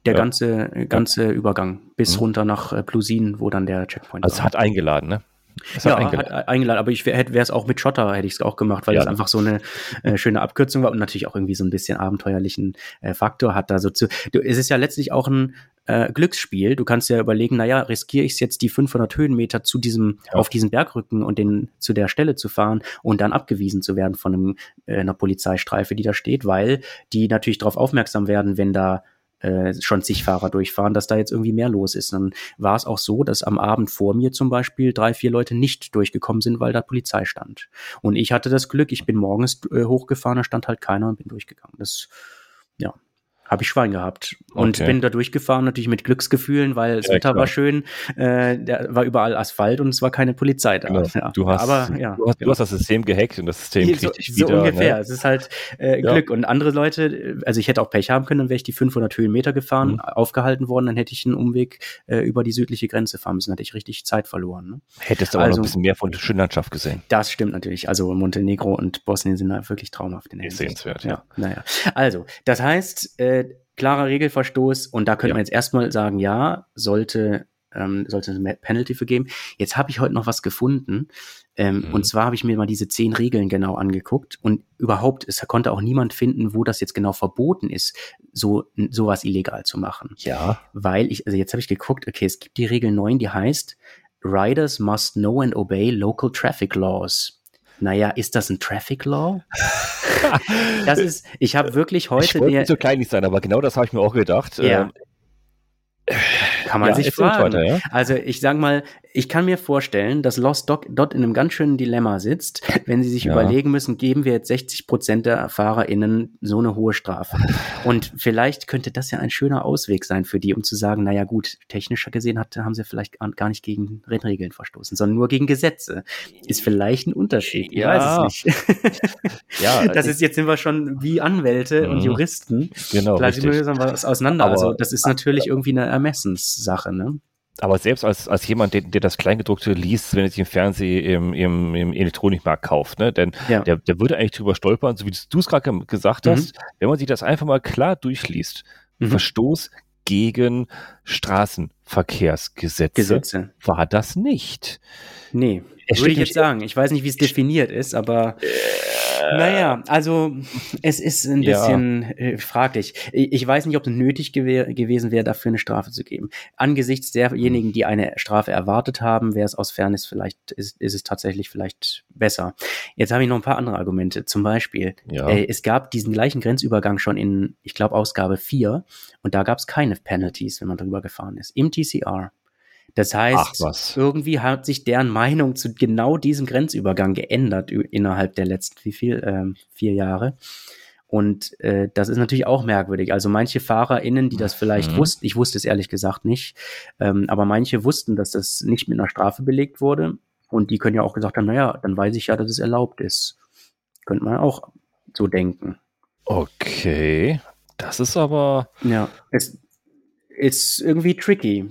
Der Ja. ganze, ganze Übergang bis Mhm. runter nach äh, Plusin, wo dann der Checkpoint Also es war. hat eingeladen, ne? Es Ja, hat hat eingeladen. e- eingeladen, aber ich wäre es auch mit Schotter, hätte ich es auch gemacht, weil Ja, es ne? einfach so eine äh, schöne Abkürzung war und natürlich auch irgendwie so ein bisschen abenteuerlichen äh, Faktor hat. Da so zu, du, es ist ja letztlich auch ein äh, Glücksspiel. Du kannst ja überlegen, naja, riskiere ich es jetzt, die fünfhundert Höhenmeter zu diesem, Ja. auf diesen Bergrücken und den, zu der Stelle zu fahren und dann abgewiesen zu werden von einem, äh, einer Polizeistreife, die da steht, weil die natürlich darauf aufmerksam werden, wenn da äh, schon zig Fahrer durchfahren, dass da jetzt irgendwie mehr los ist. Dann war es auch so, dass am Abend vor mir zum Beispiel drei, vier Leute nicht durchgekommen sind, weil da Polizei stand. Und ich hatte das Glück, ich bin morgens äh, hochgefahren, da stand halt keiner und bin durchgegangen. Das, ja, habe ich Schwein gehabt. Und Okay. bin da durchgefahren, natürlich mit Glücksgefühlen, weil das Ja, Wetter klar. war schön, äh, da war überall Asphalt und es war keine Polizei da. Genau. Ja. Du hast, Aber ja, du hast, genau. du hast das System gehackt und das System So, kriegt dich so wieder. ungefähr. Ne? Es ist halt äh, Ja. Glück. Und andere Leute, also ich hätte auch Pech haben können, dann wäre ich die fünfhundert Höhenmeter gefahren, Mhm. aufgehalten worden, dann hätte ich einen Umweg äh, über die südliche Grenze fahren müssen, hätte ich richtig Zeit verloren. Ne? Hättest aber Also- noch ein bisschen mehr von der schönen Landschaft gesehen. Das stimmt natürlich. Also Montenegro und Bosnien sind da wirklich traumhaft in der Ist Hinsicht. sehenswert, Ja, naja. Also, das heißt, äh, klarer Regelverstoß und da könnte Ja. man jetzt erstmal sagen, ja, sollte, ähm, sollte es eine Penalty für geben. Jetzt habe ich heute noch was gefunden. Ähm, Mhm. Und zwar habe ich mir mal diese zehn Regeln genau angeguckt und überhaupt, es konnte auch niemand finden, wo das jetzt genau verboten ist, so sowas illegal zu machen. Ja. Weil ich, also jetzt habe ich geguckt, okay, es gibt die Regel neun, die heißt, Riders must know and obey local traffic laws. Naja, ist das ein Traffic Law? Das ist, ich habe wirklich heute Ich wollte der, nicht so kleinlich sein, aber genau das habe ich mir auch gedacht. Ja. Ähm, kann man ja, sich erzähl uns fragen. weiter, ja? Also ich sag mal, ich kann mir vorstellen, dass Lost Dog dort in einem ganz schönen Dilemma sitzt, wenn sie sich Ja. überlegen müssen, geben wir jetzt sechzig Prozent der FahrerInnen so eine hohe Strafe. Und vielleicht könnte das ja ein schöner Ausweg sein für die, um zu sagen, naja gut, technischer gesehen hat, haben sie vielleicht gar gar nicht gegen Rennregeln verstoßen, sondern nur gegen Gesetze. Ist vielleicht ein Unterschied. Ich Ja. weiß es nicht. Ja, Das ist, jetzt sind wir schon wie Anwälte und Mhm. Juristen. Genau, Vielleicht richtig. müssen wir was auseinander. Aber- also das ist natürlich irgendwie eine Ermessenssache, ne? Aber selbst als, als jemand, der, der das Kleingedruckte liest, wenn er sich im Fernsehen im, im, im Elektronikmarkt kauft, ne? Denn Ja. der, der würde eigentlich drüber stolpern, so wie du es gerade ge- gesagt Mhm. hast, wenn man sich das einfach mal klar durchliest. Mhm. Verstoß gegen Straßenverkehrsgesetze Gesetze. war das nicht. Nee, Es würde steht ich jetzt sagen. Ich weiß nicht, wie es definiert ist, aber naja, also es ist ein Ja. bisschen äh, fraglich. Ich, ich weiß nicht, ob es nötig gew gewesen wäre, dafür eine Strafe zu geben. Angesichts derjenigen, die eine Strafe erwartet haben, wäre es aus Fairness vielleicht, ist, ist es tatsächlich vielleicht besser. Jetzt habe ich noch ein paar andere Argumente. Zum Beispiel, Ja. äh, es gab diesen gleichen Grenzübergang schon in, ich glaube, Ausgabe vier und da gab es keine Penalties, wenn man drüber gefahren ist, im T C R. Das heißt, Ach, was. irgendwie hat sich deren Meinung zu genau diesem Grenzübergang geändert ü- innerhalb der letzten, wie viel, ähm, vier Jahre. Und äh, das ist natürlich auch merkwürdig. Also manche FahrerInnen, die das vielleicht Mhm. wussten, ich wusste es ehrlich gesagt nicht, ähm, aber manche wussten, dass das nicht mit einer Strafe belegt wurde. Und die können ja auch gesagt haben, naja, dann weiß ich ja, dass es erlaubt ist. Könnte man auch so denken. Okay. Das ist aber. Ja, es ist irgendwie tricky.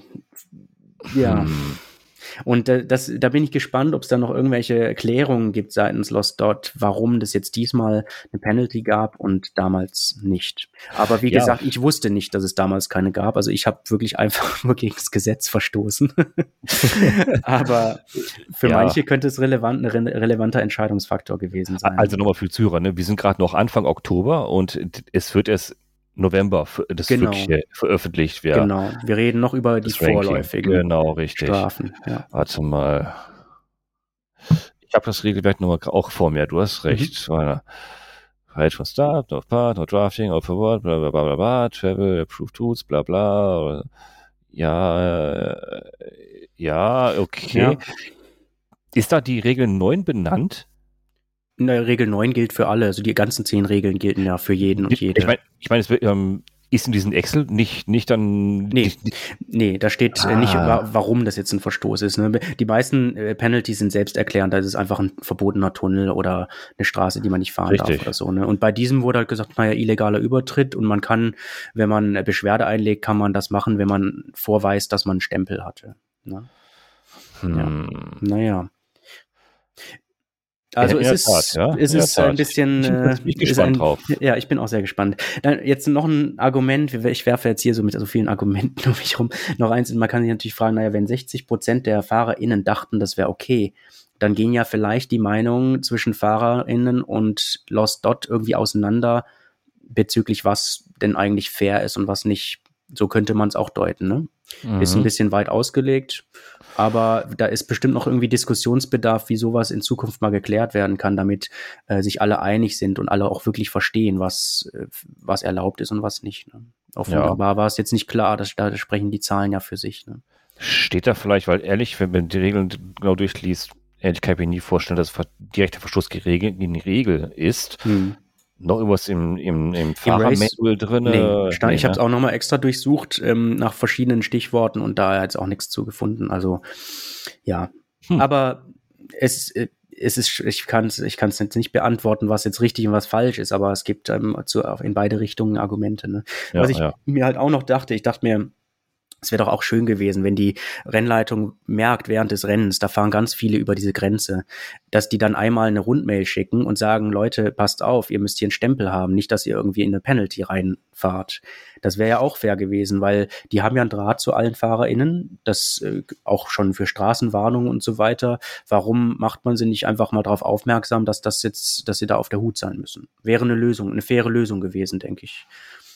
Ja. Hm. Und äh, das, da bin ich gespannt, ob es da noch irgendwelche Erklärungen gibt seitens Lost Dot, warum das jetzt diesmal eine Penalty gab und damals nicht. Aber wie Ja. gesagt, ich wusste nicht, dass es damals keine gab. Also ich habe wirklich einfach nur gegen das Gesetz verstoßen. Aber für Ja. manche könnte es relevant, ein re relevanter Entscheidungsfaktor gewesen sein. Also nochmal für Zuhörer, ne? Wir sind gerade noch Anfang Oktober und es wird erst November f- das Genau. wirklich äh, veröffentlicht werden. Genau, wir reden noch über die Das Ranking. vorläufigen Genau, richtig. Strafen. Ja. Warte mal. Ich habe das Regelwerk nochmal auch vor mir, du hast recht. Mhm. Right from start, no part, no drafting, no forward, bla bla bla bla bla, travel, approved tools, bla bla. Ja, äh, ja, okay. Ja. Ist da die Regel neun benannt? In der Regel neun gilt für alle, also die ganzen zehn Regeln gelten ja für jeden und jede. Ich meine, ich mein, es wird, ähm, ist in diesem Excel nicht, nicht dann... Nee, die, nee, da steht Ah. äh, nicht, wa warum das jetzt ein Verstoß ist. Ne? Die meisten äh, Penalties sind selbsterklärend, da ist es einfach ein verbotener Tunnel oder eine Straße, die man nicht fahren Richtig. darf oder so. Ne? Und bei diesem wurde halt gesagt, naja, illegaler Übertritt und man kann, wenn man Beschwerde einlegt, kann man das machen, wenn man vorweist, dass man einen Stempel hatte. Ne? hm. Naja. Also in es der Tat, ist, ja, es in der ist ein Tat. bisschen, Ich bin äh, ziemlich ist gespannt ein, drauf. ja, ich bin auch sehr gespannt. Dann jetzt noch ein Argument, ich werfe jetzt hier so mit so vielen Argumenten um mich rum, noch eins, man kann sich natürlich fragen, naja, wenn sechzig Prozent der FahrerInnen dachten, das wäre okay, dann gehen ja vielleicht die Meinungen zwischen FahrerInnen und Lost Dot irgendwie auseinander bezüglich was denn eigentlich fair ist und was nicht. So könnte man es auch deuten, ne? Mhm. Ist ein bisschen weit ausgelegt, aber da ist bestimmt noch irgendwie Diskussionsbedarf, wie sowas in Zukunft mal geklärt werden kann, damit äh, sich alle einig sind und alle auch wirklich verstehen, was, äh, was erlaubt ist und was nicht. Ne? Offenbar ja. war es jetzt nicht klar, dass, da sprechen die Zahlen ja für sich. Ne? Steht da vielleicht, weil ehrlich, wenn man die Regeln genau durchliest, ehrlich kann ich mir nie vorstellen, dass es direkter Verstoß gegen die Regel ist. Hm. Noch irgendwas im, im, im Fahrermanual drin? Nee, stand, nee, ich habe es auch nochmal extra durchsucht ähm, nach verschiedenen Stichworten und da jetzt auch nichts zu gefunden. Also ja, hm. aber es, es ist, ich kann es ich kann's jetzt nicht beantworten, was jetzt richtig und was falsch ist, aber es gibt ähm, zu, in beide Richtungen Argumente. Ne? Ja, was ich ja. mir halt auch noch dachte, ich dachte mir, es wäre doch auch schön gewesen, wenn die Rennleitung merkt während des Rennens, da fahren ganz viele über diese Grenze, dass die dann einmal eine Rundmail schicken und sagen, Leute, passt auf, ihr müsst hier einen Stempel haben, nicht, dass ihr irgendwie in eine Penalty reinfahrt. Das wäre ja auch fair gewesen, weil die haben ja einen Draht zu allen FahrerInnen, das äh, auch schon für Straßenwarnungen und so weiter. Warum macht man sie nicht einfach mal darauf aufmerksam, dass das jetzt, dass sie da auf der Hut sein müssen? Wäre eine Lösung, eine faire Lösung gewesen, denke ich.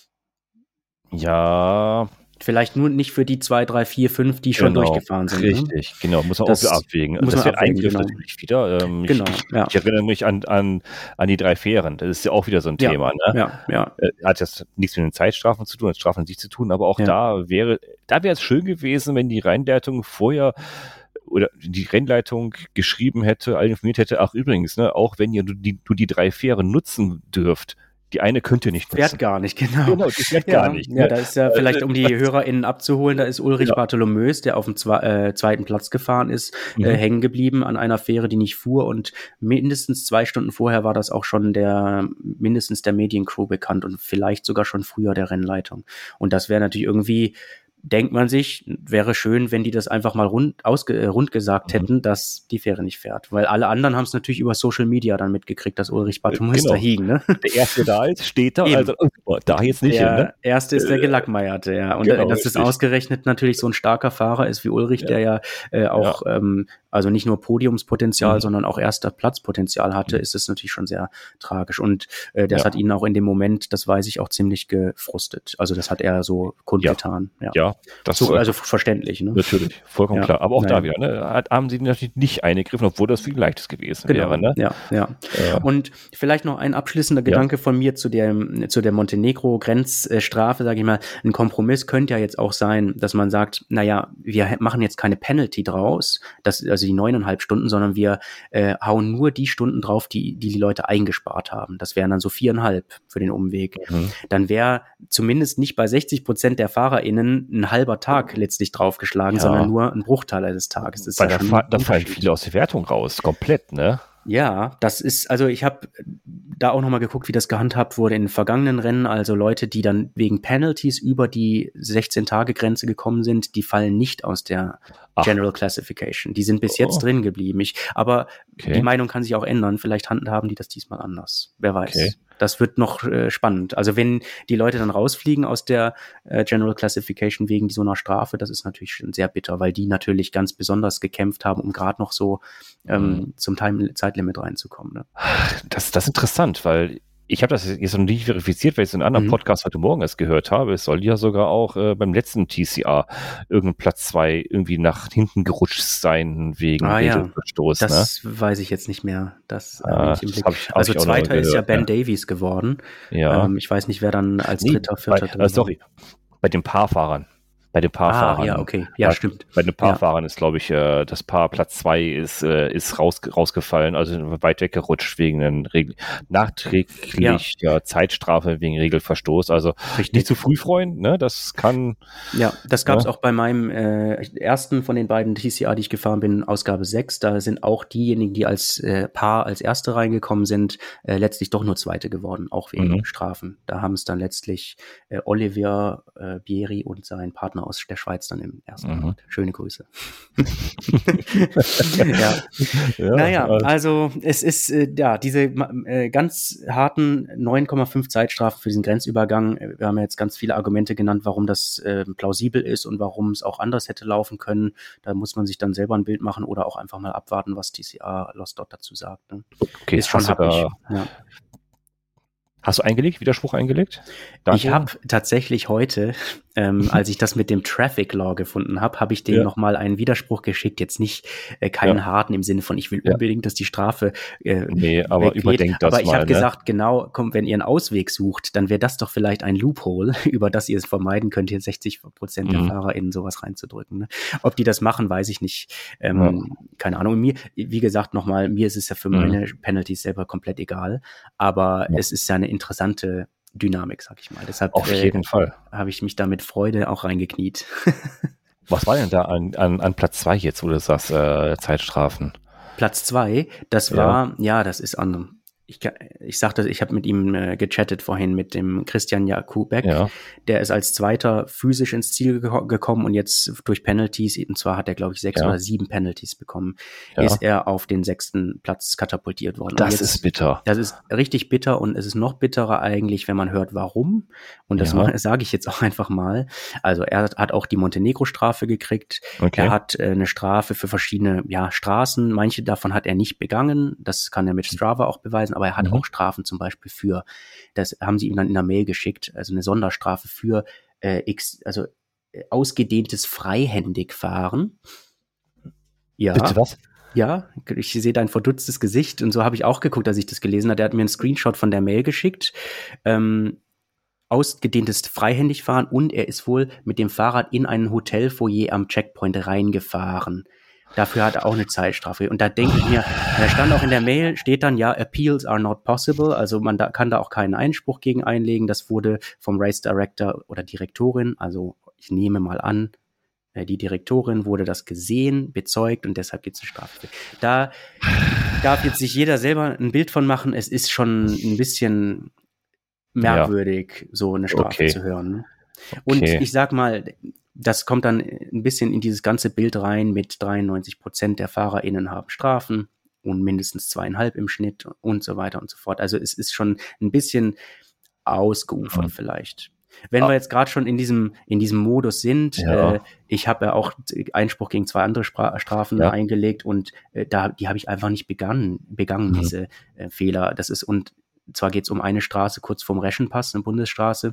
Ja, vielleicht nur nicht für die zwei, drei, vier, fünf, die schon genau, durchgefahren sind. Richtig, ne? Genau, muss man das auch abwägen. Muss das man wäre abwägen, Eingriff genau. natürlich wieder. Ähm, genau, ich, ja. ich erinnere mich an, an, an die drei Fähren. Das ist ja auch wieder so ein ja, Thema. Ne? Ja, ja. Äh, hat das nichts mit den Zeitstrafen zu tun, hat Strafen an sich zu tun, aber auch ja. da wäre, da wäre es schön gewesen, wenn die Rennleitung vorher oder die Rennleitung geschrieben hätte, alle informiert hätte, ach übrigens, ne, auch wenn ihr die, du die drei Fähren nutzen dürft, die eine könnt ihr nicht nutzen. Fährt gar nicht, genau. Genau, die fährt ja, gar nicht. Ja, ne? da ist ja vielleicht, um die HörerInnen abzuholen, da ist Ulrich ja. Bartholomäus, der auf dem zwe- äh, zweiten Platz gefahren ist, mhm. äh, hängen geblieben an einer Fähre, die nicht fuhr und mindestens zwei Stunden vorher war das auch schon der, mindestens der Mediencrew bekannt und vielleicht sogar schon früher der Rennleitung. Und das wäre natürlich irgendwie, denkt man sich, wäre schön, wenn die das einfach mal rund, ausge, äh, rund gesagt hätten, mhm. dass die Fähre nicht fährt. Weil alle anderen haben es natürlich über Social Media dann mitgekriegt, dass Ulrich Bartholomäus genau. da hing. Ne? Der Erste da ist, steht da, also oh, da jetzt nicht der hin. Ne? Erste ist der Gelackmeierte, ja. Und genau, dass das ausgerechnet natürlich so ein starker Fahrer ist wie Ulrich, ja. der ja äh, auch ja. Ähm, also nicht nur Podiumspotenzial, mhm. sondern auch erster Platzpotenzial hatte, mhm. ist es natürlich schon sehr tragisch. Und äh, das ja. hat ihn auch in dem Moment, das weiß ich, auch ziemlich gefrustet. Also das hat er so kundgetan. Ja, ja. Das so, also verständlich. Ne? Natürlich, vollkommen ja. klar. Aber auch naja. da wieder, ne, hat, haben sie natürlich nicht eingegriffen, obwohl das viel leichtes gewesen genau. wäre. Ne? Ja, ja. Äh. Und vielleicht noch ein abschließender Gedanke ja. von mir zu der, zu der Montenegro-Grenzstrafe, sage ich mal. Ein Kompromiss könnte ja jetzt auch sein, dass man sagt, naja, wir machen jetzt keine Penalty draus, das, also die neuneinhalb Stunden, sondern wir äh, hauen nur die Stunden drauf, die, die die Leute eingespart haben. Das wären dann so viereinhalb für den Umweg. Mhm. Dann wäre zumindest nicht bei sechzig Prozent der FahrerInnen ein halber Tag letztlich draufgeschlagen, ja. sondern nur ein Bruchteil eines Tages. Das ist Weil ja da, fa- da fallen viele aus der Wertung raus, komplett, ne? Ja, das ist, also ich habe da auch nochmal geguckt, wie das gehandhabt wurde in den vergangenen Rennen. Also Leute, die dann wegen Penalties über die sechzehn-Tage-Grenze gekommen sind, die fallen nicht aus der Ach. General Classification. Die sind bis oh. jetzt drin geblieben. Ich, aber okay. die Meinung kann sich auch ändern. Vielleicht handhaben die das diesmal anders. Wer weiß. Okay. Das wird noch äh, spannend. Also wenn die Leute dann rausfliegen aus der äh, General Classification wegen so einer Strafe, das ist natürlich schon sehr bitter, weil die natürlich ganz besonders gekämpft haben, um gerade noch so ähm, mhm. zum Time- Zeitlimit reinzukommen. Ne? Das, das ist interessant, weil ich habe das jetzt noch nicht verifiziert, weil ich es in einem anderen mhm. Podcast heute Morgen erst gehört habe. Es soll ja sogar auch äh, beim letzten T C R irgendein Platz zwei irgendwie nach hinten gerutscht sein wegen ah, Regelverstoß. Ja. Das ne? weiß ich jetzt nicht mehr. Das, ah, ich im das Blick. Ich also zweiter gehört, ist ja Ben ja. Davies geworden. Ja. Ähm, ich weiß nicht, wer dann als nee, dritter, vierter bei, äh, Sorry, bei den Paarfahrern. Bei den Paarfahrern. Ah, ja, okay. Ja, bei, stimmt. Bei den Paarfahrern ja. ist, glaube ich, äh, das Paar Platz zwei ist, äh, ist raus, rausgefallen, also weit weggerutscht wegen einer Regel- nachträglicher ja. Zeitstrafe wegen Regelverstoß. Also Richtig. Nicht zu früh freuen, ne? Das kann. Ja, das gab es ja. auch bei meinem äh, ersten von den beiden T C R, die ich gefahren bin, Ausgabe sechs. Da sind auch diejenigen, die als äh, Paar als Erste reingekommen sind, äh, letztlich doch nur Zweite geworden, auch wegen mhm. Strafen. Da haben es dann letztlich äh, Olivier äh, Bieri und sein Partner Partner aus der Schweiz dann im ersten Mhm. Monat. Schöne Grüße. ja. Ja, Naja, also, also es ist äh, ja diese äh, ganz harten neun Komma fünf Zeitstrafen für diesen Grenzübergang. Wir haben ja jetzt ganz viele Argumente genannt, warum das äh, plausibel ist und warum es auch anders hätte laufen können. Da muss man sich dann selber ein Bild machen oder auch einfach mal abwarten, was T C R Lost Dot dazu sagt. Ne? okay, Ist schon hast du happig. da, Ja. hast du eingelegt, Widerspruch eingelegt? Danke. Ich habe tatsächlich heute, ähm, als ich das mit dem Traffic Law gefunden habe, habe ich denen Ja. nochmal einen Widerspruch geschickt. Jetzt nicht äh, keinen Ja. harten im Sinne von, ich will Ja. unbedingt, dass die Strafe äh, Nee, aber weggeht. überdenkt das Aber ich mal, habe ne? gesagt, genau, komm, wenn ihr einen Ausweg sucht, dann wäre das doch vielleicht ein Loophole, über das ihr es vermeiden könnt, hier sechzig Prozent der Mhm. FahrerInnen sowas reinzudrücken. Ne? Ob die das machen, weiß ich nicht. Ähm, keine Ahnung. Und mir, wie gesagt, nochmal, mir ist es ja für Mhm. meine Penalties selber komplett egal. Aber Ja. es ist ja eine interessante Dynamik, sag ich mal. Deshalb Auf äh, jeden Fall. habe ich mich da mit Freude auch reingekniet. Was war denn da an, an, an Platz zwei jetzt, wo du sagst, äh, Zeitstrafen? Platz zwei, das Ja. war, ja, das ist an, ich, ka- ich sagte, ich habe mit ihm äh, gechattet vorhin mit dem Christian Jakubek. Ja. Der ist als Zweiter physisch ins Ziel geko- gekommen und jetzt durch Penalties, und zwar hat er, glaube ich, sechs Ja. oder sieben Penalties bekommen, Ja. ist er auf den sechsten Platz katapultiert worden. Und Das jetzt, ist bitter. Das ist richtig bitter und es ist noch bitterer eigentlich, wenn man hört, warum. Und das Ja. sage ich jetzt auch einfach mal. Also er hat auch die Montenegro-Strafe gekriegt. Okay. Er hat äh, eine Strafe für verschiedene ja, Straßen. Manche davon hat er nicht begangen. Das kann er mit Strava auch beweisen. Aber er hat Mhm. auch Strafen zum Beispiel für, das haben sie ihm dann in der Mail geschickt, also eine Sonderstrafe für äh, X, also äh, ausgedehntes Freihändigfahren. Ja. Bitte was? Ja, ich sehe dein verdutztes Gesicht und so habe ich auch geguckt, als ich das gelesen habe. Er hat mir einen Screenshot von der Mail geschickt. Ähm, ausgedehntes Freihändigfahren und er ist wohl mit dem Fahrrad in einen Hotelfoyer am Checkpoint reingefahren. Dafür hat er auch eine Zeitstrafe. Und da denke ich mir, da stand auch in der Mail, steht dann, ja, appeals are not possible. Also man da, kann da auch keinen Einspruch gegen einlegen. Das wurde vom Race Director oder Direktorin, also ich nehme mal an, die Direktorin wurde das gesehen, bezeugt und deshalb gibt es eine Strafe. Da darf jetzt sich jeder selber ein Bild von machen. Es ist schon ein bisschen merkwürdig, ja. so eine Strafe Okay. zu hören. Ne? Und Okay. ich sag mal, das kommt dann ein bisschen in dieses ganze Bild rein mit dreiundneunzig Prozent der FahrerInnen haben Strafen und mindestens zweieinhalb im Schnitt und so weiter und so fort. Also es ist schon ein bisschen ausgeufert mhm. vielleicht. Wenn ah. wir jetzt gerade schon in diesem in diesem Modus sind, ja. äh, ich habe ja auch Einspruch gegen zwei andere Spra- Strafen ja. eingelegt und äh, da die habe ich einfach nicht begangen, begangen mhm. diese äh, Fehler. Das ist und zwar geht es um eine Straße kurz vorm Reschenpass, eine Bundesstraße.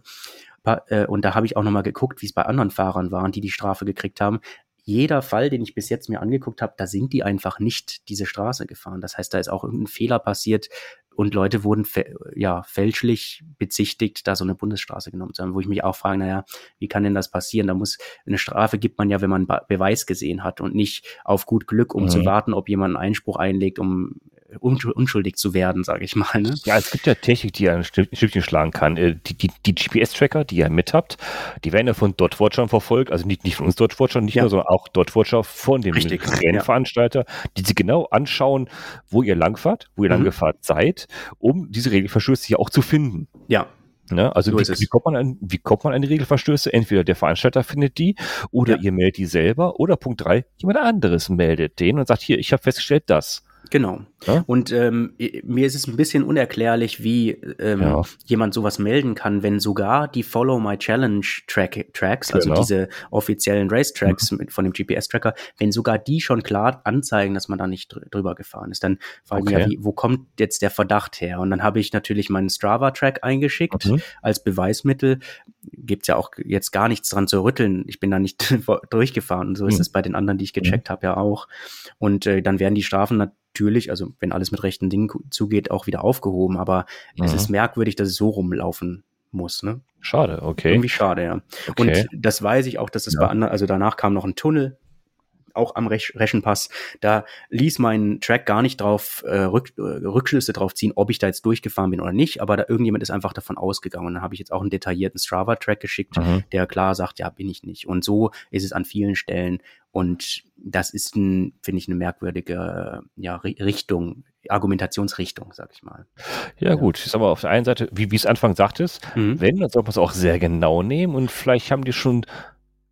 Und da habe ich auch nochmal geguckt, wie es bei anderen Fahrern waren, die die Strafe gekriegt haben. Jeder Fall, den ich bis jetzt mir angeguckt habe, da sind die einfach nicht diese Straße gefahren. Das heißt, da ist auch irgendein Fehler passiert und Leute wurden fä- ja, fälschlich bezichtigt, da so eine Bundesstraße genommen zu haben, wo ich mich auch frage, naja, wie kann denn das passieren? Da muss eine Strafe gibt man ja, wenn man Be- Beweis gesehen hat und nicht auf gut Glück, um mhm. zu warten, ob jemand einen Einspruch einlegt, um unschuldig zu werden, sage ich mal. Ne? Ja, es gibt ja Technik, die ein Stückchen schlagen kann. Die, die, die G P S-Tracker, die ihr mit habt, die werden ja von Dot-Watchern verfolgt, also nicht, nicht von uns Dot-Watchern, nicht ja. nur, sondern auch Dot-Watcher von dem Richtig. Rennveranstalter, ja. die sie genau anschauen, wo ihr langfahrt, wo ihr mhm. langgefahren seid, um diese Regelverstöße hier auch zu finden. Ja. Ne? Also so wie, wie, kommt man an, wie kommt man an die Regelverstöße? Entweder der Veranstalter findet die oder ja. ihr meldet die selber oder Punkt drei, jemand anderes meldet den und sagt, hier, ich habe festgestellt, das. Genau. Ja? Und ähm, mir ist es ein bisschen unerklärlich, wie ähm, ja. jemand sowas melden kann, wenn sogar die Follow My Challenge Track, Tracks, also genau. diese offiziellen Racetracks mhm. mit, von dem G P S-Tracker, wenn sogar die schon klar anzeigen, dass man da nicht dr- drüber gefahren ist, dann frage ich okay. ja, wie, wo kommt jetzt der Verdacht her? Und dann habe ich natürlich meinen Strava-Track eingeschickt mhm. als Beweismittel. Gibt's ja auch jetzt gar nichts dran zu rütteln. Ich bin da nicht durchgefahren. Und so ist es mhm. bei den anderen, die ich gecheckt mhm. habe, ja auch. Und äh, dann werden die Strafen natürlich, also wenn alles mit rechten Dingen zugeht, auch wieder aufgehoben. Aber mhm. es ist merkwürdig, dass es so rumlaufen muss. Ne? Schade, okay. Irgendwie schade, ja. Okay. Und das weiß ich auch, dass es ja. bei anderen, also danach kam noch ein Tunnel, auch am Resch- Reschenpass, da ließ mein Track gar nicht drauf äh, Rück, äh, Rückschlüsse drauf ziehen, ob ich da jetzt durchgefahren bin oder nicht, aber da irgendjemand ist einfach davon ausgegangen und dann habe ich jetzt auch einen detaillierten Strava-Track geschickt, mhm. der klar sagt, ja, bin ich nicht. Und so ist es an vielen Stellen und das ist, ein, finde ich, eine merkwürdige ja, Richtung, Argumentationsrichtung, sag ich mal. Ja, ja. gut, ist aber auf der einen Seite, wie, wie es Anfang sagtest, mhm. wenn, dann sollte man es auch sehr genau nehmen und vielleicht haben die schon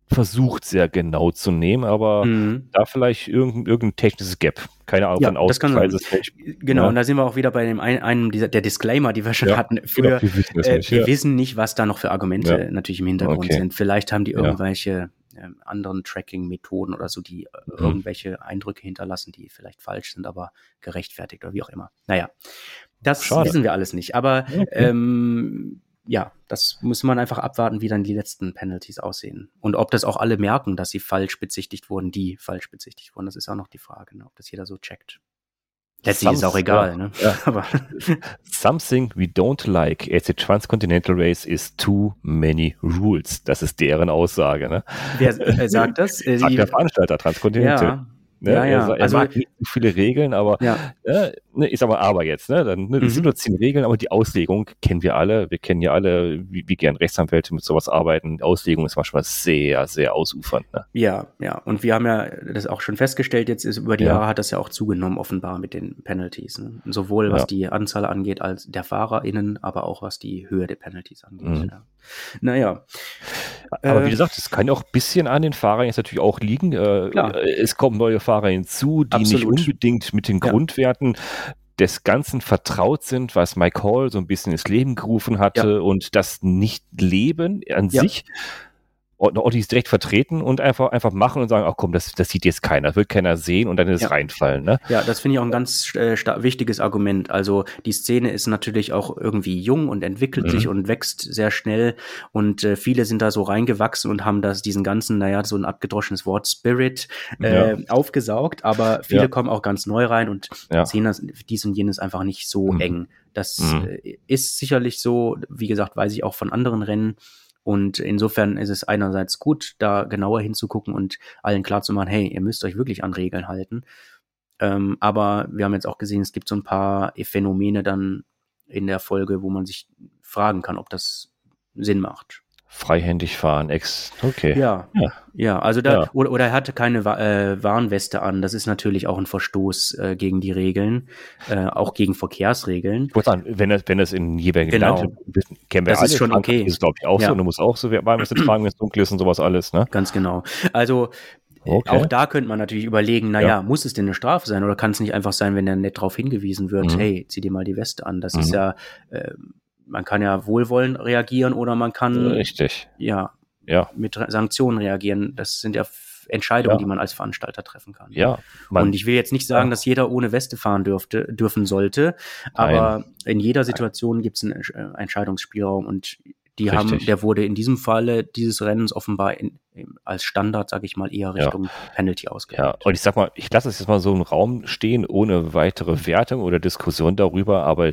versucht, sehr genau zu nehmen, aber Mhm. da vielleicht irgendein, irgendein technisches Gap. Keine Ahnung, Ja, von das kann sein. Ausweis ist. Genau, Ja. und da sind wir auch wieder bei dem ein, einem dieser der Disclaimer, die wir schon Ja, hatten. genau, Früher, wir wissen es äh, nicht. wir Ja. wissen nicht, was da noch für Argumente Ja. natürlich im Hintergrund Okay. sind. Vielleicht haben die Ja. irgendwelche ähm, anderen Tracking-Methoden oder so, die äh, Mhm. irgendwelche Eindrücke hinterlassen, die vielleicht falsch sind, aber gerechtfertigt oder wie auch immer. Naja, das Schade. wissen wir alles nicht. Aber Okay. ähm, ja, das muss man einfach abwarten, wie dann die letzten Penalties aussehen. Und ob das auch alle merken, dass sie falsch bezichtigt wurden, die falsch bezichtigt wurden, das ist auch noch die Frage, ne? Ob das jeder so checkt. Letztlich ist auch egal, ja, ne? Ja. Aber Something we don't like at the Transcontinental Race is too many rules. Das ist deren Aussage. Ne? wer äh, sagt das? Äh, Sagt die, der Veranstalter Transcontinental. ja, Ne? ja, Er, ja. sa- er Also, mag nicht so viele Regeln, aber ja. äh, ne, ich sag mal aber jetzt. Ne? Dann, ne, es sind Mhm. nur zehn Regeln, aber die Auslegung kennen wir alle. Wir kennen ja alle, wie, wie gern Rechtsanwälte mit sowas arbeiten. Die Auslegung ist manchmal sehr, sehr ausufernd. Ne? Ja, ja. Und wir haben ja das auch schon festgestellt, jetzt ist über die Ja. Jahre hat das ja auch zugenommen, offenbar mit den Penalties. Ne? Sowohl was Ja. die Anzahl angeht, als der FahrerInnen, aber auch was die Höhe der Penalties angeht. Mhm. Ja. Naja. Aber Äh, wie gesagt, es kann ja auch ein bisschen an den Fahrern jetzt natürlich auch liegen. Äh, Klar. es kommen neue Fahrer hinzu, die nicht Absolut. unbedingt mit den Ja. Grundwerten des Ganzen vertraut sind, was Mike Hall so ein bisschen ins Leben gerufen hatte und das Nicht-Leben an Ja. sich und auch nicht direkt vertreten und einfach, einfach machen und sagen, ach komm, das, das sieht jetzt keiner, das wird keiner sehen und dann ist es Ja. reinfallen. Ne? Ja, das finde ich auch ein ganz äh, sta- wichtiges Argument. Also die Szene ist natürlich auch irgendwie jung und entwickelt Mhm. sich und wächst sehr schnell und äh, viele sind da so reingewachsen und haben das diesen ganzen, naja, so ein abgedroschenes Wort Spirit äh, Ja. aufgesaugt, aber viele Ja. kommen auch ganz neu rein und Ja. sehen das dies und jenes einfach nicht so Mhm. eng. Das Mhm. äh, ist sicherlich so, wie gesagt, weiß ich auch von anderen Rennen. Und insofern ist es einerseits gut, da genauer hinzugucken und allen klarzumachen, hey, ihr müsst euch wirklich an Regeln halten. Ähm, aber wir haben jetzt auch gesehen, es gibt so ein paar Phänomene dann in der Folge, wo man sich fragen kann, ob das Sinn macht. Freihändig fahren, ex. Okay. Ja, Ja. ja, also da, Ja. oder, oder er hatte keine Wa- äh, Warnweste an. Das ist natürlich auch ein Verstoß äh, gegen die Regeln, äh, auch gegen Verkehrsregeln. Ich wollte sagen, wenn das, wenn das in jeweiligen Genau. Land, kennen wir Das alle, ist schon Frankreich okay. ist glaube ich auch Ja. so, du musst auch so Warnweste tragen, wenn es dunkel ist und sowas alles, ne? Ganz genau. Also äh, Okay. auch da könnte man natürlich überlegen, naja, Ja. muss es denn eine Strafe sein oder kann es nicht einfach sein, wenn er nett darauf hingewiesen wird, Mhm. hey, zieh dir mal die Weste an. Das Mhm. ist ja, äh, man kann ja wohlwollend reagieren oder man kann Richtig. ja Ja. mit Re- Sanktionen reagieren. Das sind ja F- Entscheidungen, Ja. die man als Veranstalter treffen kann. Ja. Man, Und ich will jetzt nicht sagen, ja. dass jeder ohne Weste fahren dürfte, dürfen sollte, aber in jeder Situation gibt es einen Entsch- äh, Entscheidungsspielraum und die Richtig. haben, der wurde in diesem Falle dieses Rennens offenbar in, in, als Standard, sage ich mal, eher Richtung Penalty Ja, ausgelegt. und ich sag mal, ich lasse es jetzt mal so im Raum stehen, ohne weitere Wertung oder Diskussion darüber, aber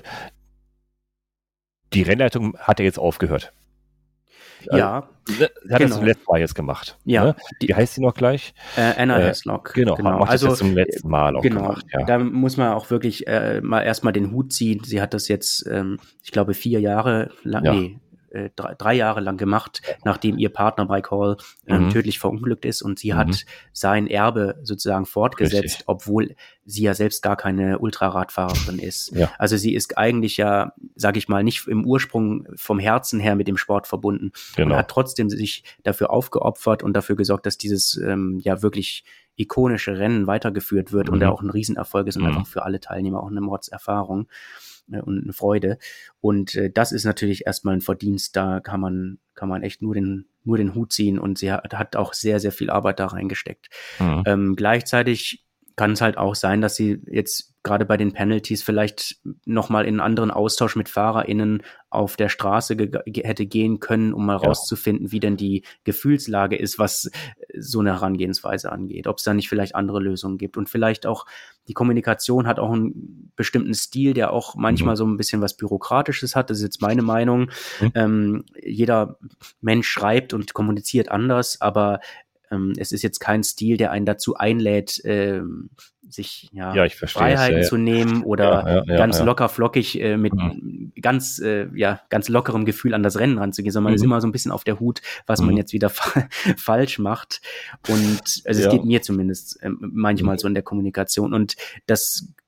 die Rennleitung hat ja jetzt aufgehört. Ja, Ne, hat genau. das zum letzten Mal jetzt gemacht. Ja, Ne? die- Wie heißt sie noch gleich? äh, Anna Äh, Haslock. Genau, macht also das jetzt zum letzten Mal auch genau, gemacht. Ja. da muss man auch wirklich äh, mal erstmal den Hut ziehen. Sie hat das jetzt, ähm, ich glaube, vier Jahre lang, Ja. nee, äh, drei, drei Jahre lang gemacht, nachdem ihr Partner Mike Hall ähm, Mhm. tödlich verunglückt ist und sie Mhm. hat sein Erbe sozusagen fortgesetzt, Richtig. obwohl sie ja selbst gar keine Ultraradfahrerin ist. Ja. Also sie ist eigentlich ja, sage ich mal, nicht im Ursprung vom Herzen her mit dem Sport verbunden Genau. und hat trotzdem sich dafür aufgeopfert und dafür gesorgt, dass dieses ähm, ja wirklich ikonische Rennen weitergeführt wird und Mhm. der auch ein Riesenerfolg ist und Mhm. einfach für alle Teilnehmer auch eine Mordserfahrung äh, und eine Freude. Und äh, das ist natürlich erstmal ein Verdienst, da kann man, kann man echt nur den, nur den Hut ziehen und sie hat, hat auch sehr, sehr viel Arbeit da reingesteckt. Mhm. Ähm, gleichzeitig kann es halt auch sein, dass sie jetzt gerade bei den Penalties vielleicht nochmal in einen anderen Austausch mit FahrerInnen auf der Straße ge ge hätte gehen können, um mal Ja. rauszufinden, wie denn die Gefühlslage ist, was so eine Herangehensweise angeht. Ob es da nicht vielleicht andere Lösungen gibt. Und vielleicht auch die Kommunikation hat auch einen bestimmten Stil, der auch manchmal Mhm. so ein bisschen was Bürokratisches hat. Das ist jetzt meine Meinung. Mhm. Ähm, jeder Mensch schreibt und kommuniziert anders, aber ähm, es ist jetzt kein Stil, der einen dazu einlädt, ähm, sich ja, Ja, ich verstehe Freiheiten es, ja, zu nehmen oder Ja, ja, ja, ganz ja. locker flockig äh, mit Mhm. ganz äh, ja ganz lockerem Gefühl an das Rennen ranzugehen, sondern man ist Mhm. immer so ein bisschen auf der Hut, was man Mhm. jetzt wieder fa falsch macht. Und also Ja. es geht mir zumindest ähm, manchmal Mhm. so in der Kommunikation. Und das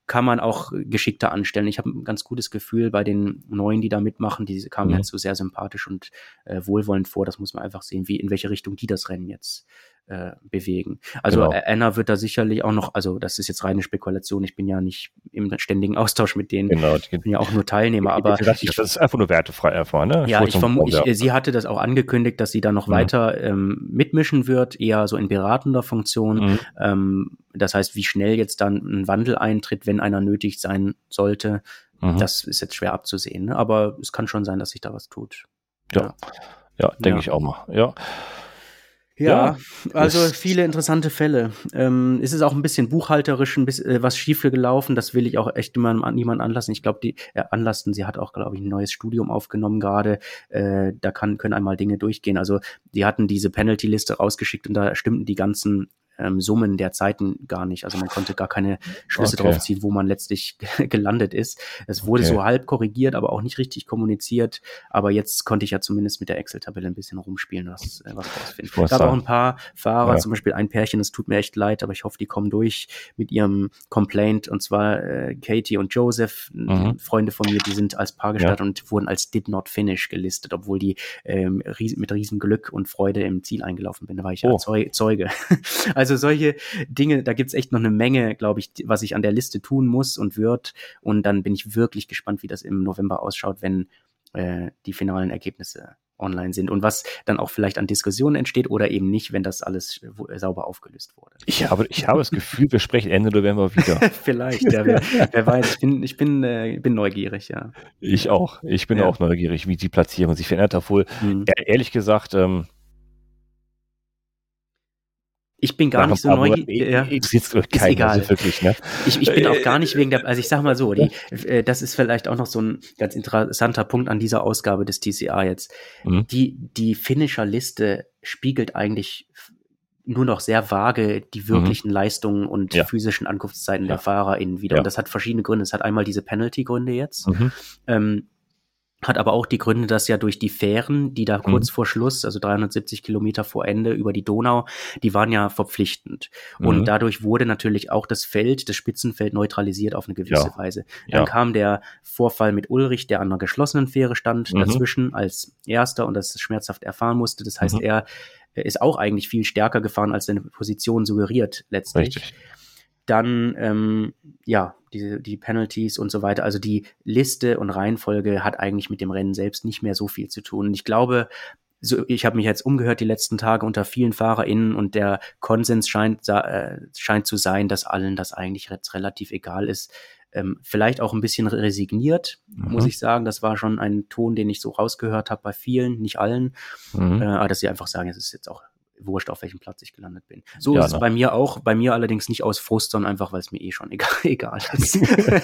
kann man auch geschickter anstellen. Ich habe ein ganz gutes Gefühl bei den Neuen, die da mitmachen. Die kamen Mhm. jetzt so sehr sympathisch und äh, wohlwollend vor. Das muss man einfach sehen, wie in welche Richtung die das Rennen jetzt äh, bewegen. Also Genau. äh, Anna wird da sicherlich auch noch, also das ist jetzt reine Spekulation, ich bin ja nicht im ständigen Austausch mit denen, Genau. ich bin ja auch nur Teilnehmer, aber das ich, ist einfach nur wertefrei einfach, ne? ja, wollte ich noch- vermute, ja. ich, sie hatte das auch angekündigt, dass sie da noch Mhm. weiter ähm, mitmischen wird, eher so in beratender Funktion. Mhm. Ähm, das heißt, wie schnell jetzt dann ein Wandel eintritt, wenn einer nötig sein sollte, Mhm. das ist jetzt schwer abzusehen. Ne? Aber es kann schon sein, dass sich da was tut. Ja. Ja, denke Ja. ich auch mal. Ja. Ja, also es- viele interessante Fälle. Ähm, es ist auch ein bisschen buchhalterisch, ein bisschen äh, was schief gelaufen. Das will ich auch echt immer an niemand anlassen. Ich glaube, die äh, anlasten. Sie hat auch, glaube ich, ein neues Studium aufgenommen gerade. Äh, da kann können einmal Dinge durchgehen. Also die hatten diese Penalty-Liste rausgeschickt und da stimmten die ganzen ähm, Summen der Zeiten gar nicht. Also man konnte gar keine Schlüsse Okay. drauf ziehen, wo man letztlich gelandet ist. Es wurde Okay. so halb korrigiert, aber auch nicht richtig kommuniziert. Aber jetzt konnte ich ja zumindest mit der Excel-Tabelle ein bisschen rumspielen, was, äh, was rausfinden. Ich muss Es gab auch sagen, ein paar Fahrer, Ja. zum Beispiel ein Pärchen, es tut mir echt leid, aber ich hoffe, die kommen durch mit ihrem Complaint. Und zwar äh, Katie und Joseph, Mhm. die Freunde von mir, die sind als Paar gestartet und wurden als Did Not Finish gelistet, obwohl die ähm, ries mit riesen Glück und Freude im Ziel eingelaufen bin. Da war ich ja Oh. Zeu Zeuge. Also solche Dinge, da gibt's echt noch eine Menge, glaube ich, was ich an der Liste tun muss und wird. Und dann bin ich wirklich gespannt, wie das im November ausschaut, wenn äh, die finalen Ergebnisse online sind und was dann auch vielleicht an Diskussionen entsteht oder eben nicht, wenn das alles äh, sauber aufgelöst wurde. Ich habe, ich habe das Gefühl, wir sprechen Ende November wieder. Vielleicht, ja, wer, wer weiß. Ich bin, ich bin, äh, bin neugierig, ja. Ich auch. Ich bin Ja. auch neugierig, wie die Platzierung sich verändert hat. Wohl, Hm. e- ehrlich gesagt, ähm, Ich bin gar nach nicht so ein paar Monaten neugierig. Ja. interessiert keinen, egal. also wirklich, ne? Ich, ich bin auch gar nicht wegen der, also ich sag mal so, die, äh, das ist vielleicht auch noch so ein ganz interessanter Punkt an dieser Ausgabe des T C A jetzt. Mhm. Die, die Finisher-Liste spiegelt eigentlich nur noch sehr vage die wirklichen Leistungen und Ja. physischen Ankunftszeiten Ja. der FahrerInnen wieder. Ja. Und das hat verschiedene Gründe. Es hat einmal diese Penalty-Gründe jetzt, Mhm. ähm, hat aber auch die Gründe, dass ja durch die Fähren, die da kurz Mhm. vor Schluss, also dreihundertsiebzig Kilometer vor Ende über die Donau, die waren ja verpflichtend. Mhm. Und dadurch wurde natürlich auch das Feld, das Spitzenfeld neutralisiert auf eine gewisse Ja. Weise. Dann Ja. kam der Vorfall mit Ulrich, der an einer geschlossenen Fähre stand, Mhm. dazwischen als Erster und das schmerzhaft erfahren musste. Das heißt, Mhm. er ist auch eigentlich viel stärker gefahren, als seine Position suggeriert letztlich. Richtig. Dann, ähm, ja, die, die Penalties und so weiter. Also die Liste und Reihenfolge hat eigentlich mit dem Rennen selbst nicht mehr so viel zu tun. Und ich glaube, so, ich habe mich jetzt umgehört die letzten Tage unter vielen FahrerInnen und der Konsens scheint, äh, scheint zu sein, dass allen das eigentlich jetzt relativ egal ist. Ähm, vielleicht auch ein bisschen resigniert, Mhm. muss ich sagen. Das war schon ein Ton, den ich so rausgehört habe bei vielen, nicht allen. Mhm. Äh, aber dass sie einfach sagen, es ist jetzt auch wurscht, auf welchem Platz ich gelandet bin. So Ja, ist es ne? bei mir auch. Bei mir allerdings nicht aus Frust, sondern einfach, weil es mir eh schon egal, egal ist.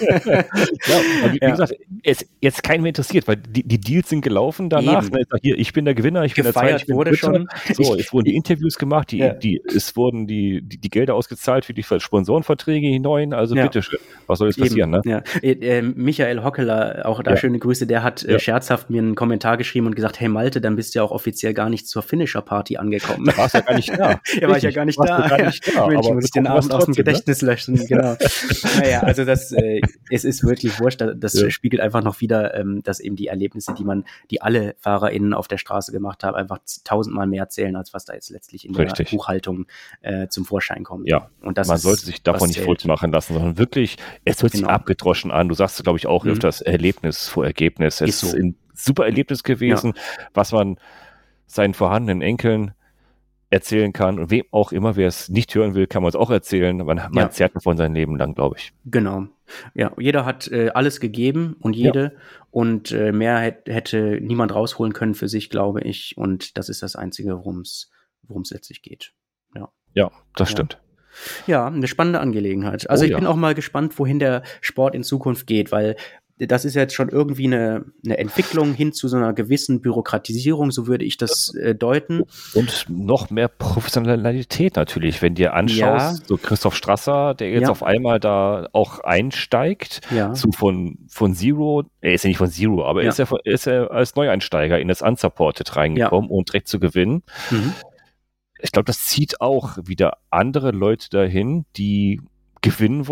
Ja, aber wie, wie Ja. gesagt, es jetzt keinen mehr interessiert, weil die, die Deals sind gelaufen danach. Eben. Ne, jetzt, hier, ich bin der Gewinner, ich bin der Gefeiert Zweite, ich bin wurde der Dritte. schon. So, Ich- jetzt wurden die ich- Interviews gemacht, die, Ja. die, es wurden die, die, die Gelder ausgezahlt für die Sponsorenverträge, die neuen. Also Ja. bitteschön, was soll jetzt passieren, Eben, ne? ja. Äh, äh, Michael Hockeler, auch da Ja. schöne Grüße, der hat äh, Ja. scherzhaft mir einen Kommentar geschrieben und gesagt, hey Malte, dann bist du ja auch offiziell gar nicht zur Finisher-Party angekommen. Da warst du ja gar nicht da. Ja, war ich ja Richtig, gar nicht warst da. du gar nicht da, Mensch, aber muss wir ich den gucken, was Abend aus dem trotzdem, ne? Gedächtnis löschen, genau. Naja, also das, äh, es ist wirklich wurscht, das Ja. spiegelt einfach noch wieder, ähm, dass eben die Erlebnisse, die man, die alle FahrerInnen auf der Straße gemacht haben, einfach tausendmal mehr zählen, als was da jetzt letztlich in Richtig. der Buchhaltung äh, zum Vorschein kommt. Ja. Und das Man ist, sollte sich davon was nicht zählt. verrückt machen lassen, sondern wirklich, es hört sich Genau. abgedroschen an. Du sagst, glaube ich, auch Mhm. öfters Erlebnis vor Ergebnis. Es Ist ist so. ein super Erlebnis gewesen, was man seinen vorhandenen Enkeln erzählen kann und wem auch immer, wer es nicht hören will, kann man es auch erzählen. Man, man Ja. zehrt davon sein Leben lang, glaube ich. Genau. Ja, jeder hat äh, alles gegeben und jede und äh, mehr hätt, hätte niemand rausholen können für sich, glaube ich. Und das ist das Einzige, worum es worum es letztlich geht. Ja, das Ja. stimmt. Ja, eine spannende Angelegenheit. Also Oh, ich ja. bin auch mal gespannt, wohin der Sport in Zukunft geht, weil das ist jetzt schon irgendwie eine, eine Entwicklung hin zu so einer gewissen Bürokratisierung, so würde ich das äh, deuten. Und noch mehr Professionalität natürlich, wenn dir anschaust, Ja. so Christoph Strasser, der jetzt Ja. auf einmal da auch einsteigt, Ja. so von, von Zero, er ist ja nicht von Zero, aber er Ja. ist ja, von- er ist ja als Neueinsteiger in das Unsupported reingekommen und direkt zu gewinnen. Mhm. Ich glaube, das zieht auch wieder andere Leute dahin, die gewinnen wollen,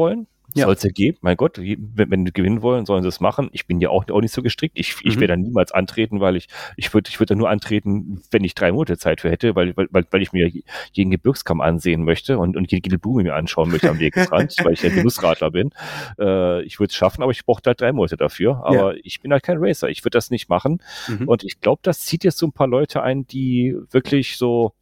Ja. Soll es ja geben, mein Gott, wenn, wenn die gewinnen wollen, sollen sie es machen. Ich bin ja auch, auch nicht so gestrickt. Ich, ich mhm. werde da niemals antreten, weil ich, ich würde ich würd da nur antreten, wenn ich drei Monate Zeit für hätte, weil, weil, weil ich mir jeden Gebirgskamm ansehen möchte und, und jede Blume mir anschauen möchte am Wegesrand, weil ich ja Genussradler bin. Äh, ich würde es schaffen, aber ich brauche halt drei Monate dafür. Aber ja. ich bin halt kein Racer. Ich würde das nicht machen. Mhm. Und ich glaube, das zieht jetzt so ein paar Leute ein, die wirklich so,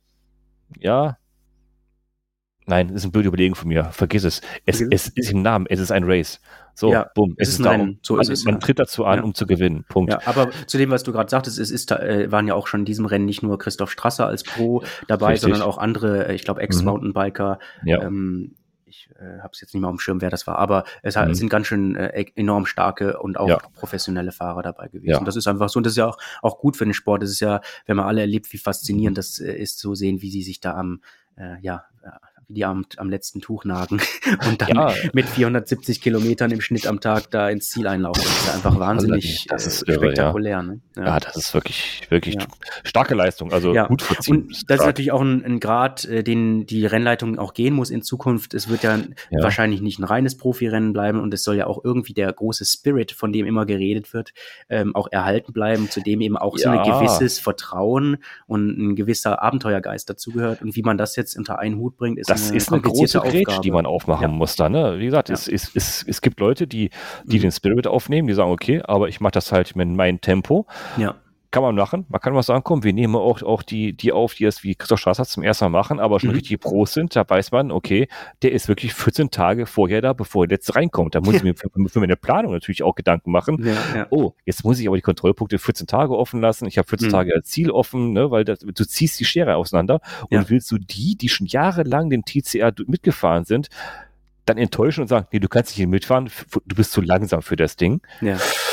ja, nein, das ist eine blöde Überlegung von mir. Vergiss es. Es, es ist im Namen. Es ist ein Race. So, ja, bumm. Es, es ist ein darum, Rennen. So man, ist es, man ja. tritt dazu an, ja. um zu gewinnen. Punkt. Ja, aber zu dem, was du gerade sagtest, es ist, äh, waren ja auch schon in diesem Rennen nicht nur Christoph Strasser als Pro dabei, Richtig. sondern auch andere, ich glaube, Ex-Mountainbiker. Mhm. Ja. Ähm, ich äh, habe es jetzt nicht mehr auf dem Schirm, wer das war, aber es mhm. sind ganz schön äh, enorm starke und auch ja. professionelle Fahrer dabei gewesen. Ja. Und das ist einfach so, und das ist ja auch, auch gut für den Sport. Das ist ja, wenn man alle erlebt, wie faszinierend das äh, ist, zu sehen, wie sie sich da am, äh, ja, wie die am, am letzten Tuch nagen und dann ja. mit vierhundertsiebzig Kilometern im Schnitt am Tag da ins Ziel einlaufen. Das ist ja einfach wahnsinnig das ist äh, irre, spektakulär. Ja. Ne? Ja. ja, das ist wirklich, wirklich ja. starke Leistung. Also ja. gut für Und das stark. Ist natürlich auch ein, ein Grad, äh, den die Rennleitung auch gehen muss in Zukunft. Es wird ja, ja. wahrscheinlich nicht ein reines Profirennen bleiben und es soll ja auch irgendwie der große Spirit, von dem immer geredet wird, ähm, auch erhalten bleiben, zu dem eben auch ja. so ein gewisses Vertrauen und ein gewisser Abenteuergeist dazugehört. Und wie man das jetzt unter einen Hut bringt, ist das eine ist eine große Grätsche, die man aufmachen ja. muss da, ne? Wie gesagt, ja. es, es, es, es gibt Leute, die, die mhm. den Spirit aufnehmen, die sagen, okay, aber ich mache das halt mit meinem Tempo. Ja. Kann man machen. Man kann mal sagen, komm, wir nehmen auch, auch die, die auf, die es wie Christoph Strasser zum ersten Mal machen, aber schon mhm. richtig Pros sind. Da weiß man, okay, der ist wirklich vierzehn Tage vorher da, bevor er jetzt reinkommt. Da muss ja. ich mir für, für meine Planung natürlich auch Gedanken machen. Ja, ja. Oh, jetzt muss ich aber die Kontrollpunkte vierzehn Tage offen lassen. Ich habe vierzehn mhm. Tage als Ziel offen, ne, weil das, du ziehst die Schere auseinander und ja. willst du die, die schon jahrelang den T C R mitgefahren sind, dann enttäuschen und sagen, nee, du kannst nicht hier mitfahren, du bist zu langsam für das Ding. Ja.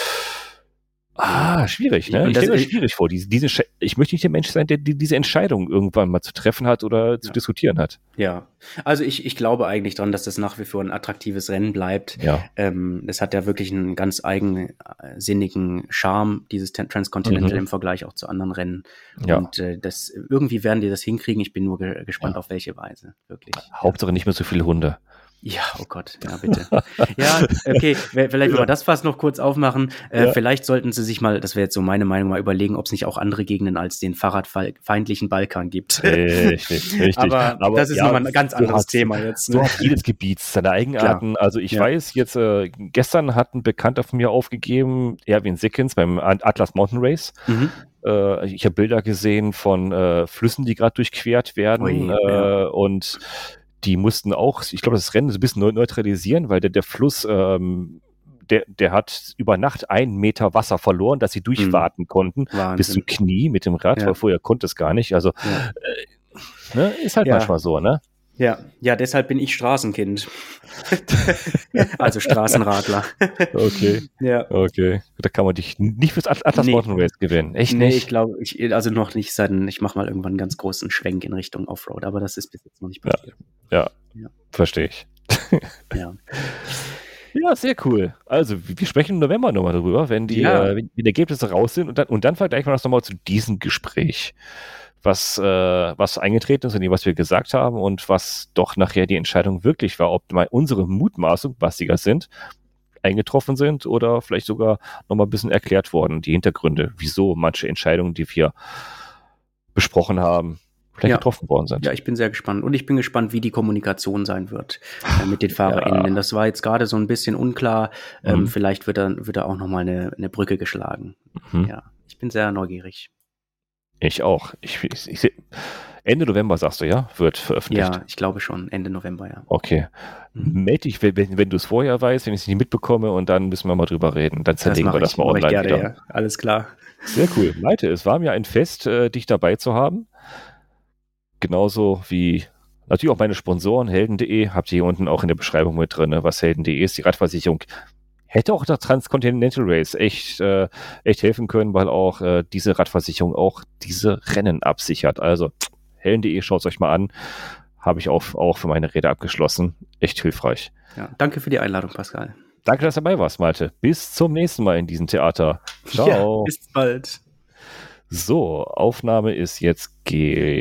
Ah, schwierig, ne? Ich stelle mir schwierig vor. Diese, diese, ich möchte nicht der Mensch sein, der die, diese Entscheidung irgendwann mal zu treffen hat oder ja. zu diskutieren hat. Ja, also ich, ich glaube eigentlich dran, dass das nach wie vor ein attraktives Rennen bleibt. Ja. Ähm, es hat ja wirklich einen ganz eigensinnigen Charme, dieses Transcontinental mhm. im Vergleich auch zu anderen Rennen. Ja. Und äh, das irgendwie werden die das hinkriegen. Ich bin nur ge- gespannt, ja. auf welche Weise. Wirklich. Hauptsache nicht mehr so viele Hunde. Ja, oh Gott, ja bitte. Ja, okay, vielleicht wenn wir das Fass noch kurz aufmachen, äh, ja. vielleicht sollten sie sich mal, das wäre jetzt so meine Meinung, mal überlegen, ob es nicht auch andere Gegenden als den fahrradfeindlichen Balkan gibt. Richtig, richtig. Aber, Aber das ist ja, nochmal ein ganz anderes hast, Thema jetzt. Ne? So hat jedes Gebiet seine Eigenarten. Klar. Also ich ja. weiß jetzt, äh, gestern hat ein Bekannter von mir aufgegeben, Erwin Sickens beim Atlas Mountain Race. Mhm. Äh, ich habe Bilder gesehen von äh, Flüssen, die gerade durchquert werden Ui, äh, ja. und die mussten auch, ich glaube, das Rennen so ein bisschen neutralisieren, weil der, der Fluss, ähm, der, der hat über Nacht einen Meter Wasser verloren, dass sie durchwarten mhm. konnten, Wahnsinn. Bis zum Knie mit dem Rad, ja. weil vorher konnte es gar nicht. Also ja. äh, ne, ist halt ja. manchmal so, ne? Ja, ja, deshalb bin ich Straßenkind. Also Straßenradler. Okay. Ja. Okay. Da kann man dich nicht fürs Atlas nee. Mountain Race gewinnen. Echt nee, nicht? Nee, ich glaube, ich, also noch nicht seit, ich mache mal irgendwann einen ganz großen Schwenk in Richtung Offroad, aber das ist bis jetzt noch nicht passiert. Ja, ja. ja. Verstehe ich. Ja. Ja, sehr cool. Also, wir sprechen im November nochmal darüber, wenn die, ja. äh, wenn die Ergebnisse raus sind und dann, und dann vergleichen wir das nochmal zu diesem Gespräch. Was, äh, was eingetreten ist und was wir gesagt haben und was doch nachher die Entscheidung wirklich war, ob mal unsere Mutmaßung, was sie sind, eingetroffen sind oder vielleicht sogar nochmal ein bisschen erklärt worden, die Hintergründe, wieso manche Entscheidungen, die wir besprochen haben, vielleicht ja. getroffen worden sind. Ja, ich bin sehr gespannt. Und ich bin gespannt, wie die Kommunikation sein wird äh, mit den FahrerInnen. Ja. Denn das war jetzt gerade so ein bisschen unklar. Mhm. Ähm, vielleicht wird da, wird da auch nochmal eine, eine Brücke geschlagen. Mhm. Ja, ich bin sehr neugierig. Ich auch. Ich, ich, ich, Ende November, sagst du, ja? Wird veröffentlicht? Ja, ich glaube schon. Ende November, ja. Okay. Mhm. Meld dich, wenn, wenn du es vorher weißt, wenn ich es nicht mitbekomme und dann müssen wir mal drüber reden. Dann zerlegen wir das ich, mal online gerne, wieder. Ja. Alles klar. Sehr cool. Malte, es war mir ein Fest, äh, dich dabei zu haben. Genauso wie natürlich auch meine Sponsoren, helden punkt de, habt ihr hier unten auch in der Beschreibung mit drin, was helden punkt de ist, die Radversicherung. Hätte auch der Transcontinental Race echt, äh, echt helfen können, weil auch äh, diese Radversicherung auch diese Rennen absichert. Also helden punkt de, schaut es euch mal an. Habe ich auch, auch für meine Rede abgeschlossen. Echt hilfreich. Ja, danke für die Einladung, Pascal. Danke, dass du dabei warst, Malte. Bis zum nächsten Mal in diesem Theater. Ciao. Ja, bis bald. So, Aufnahme ist jetzt ge-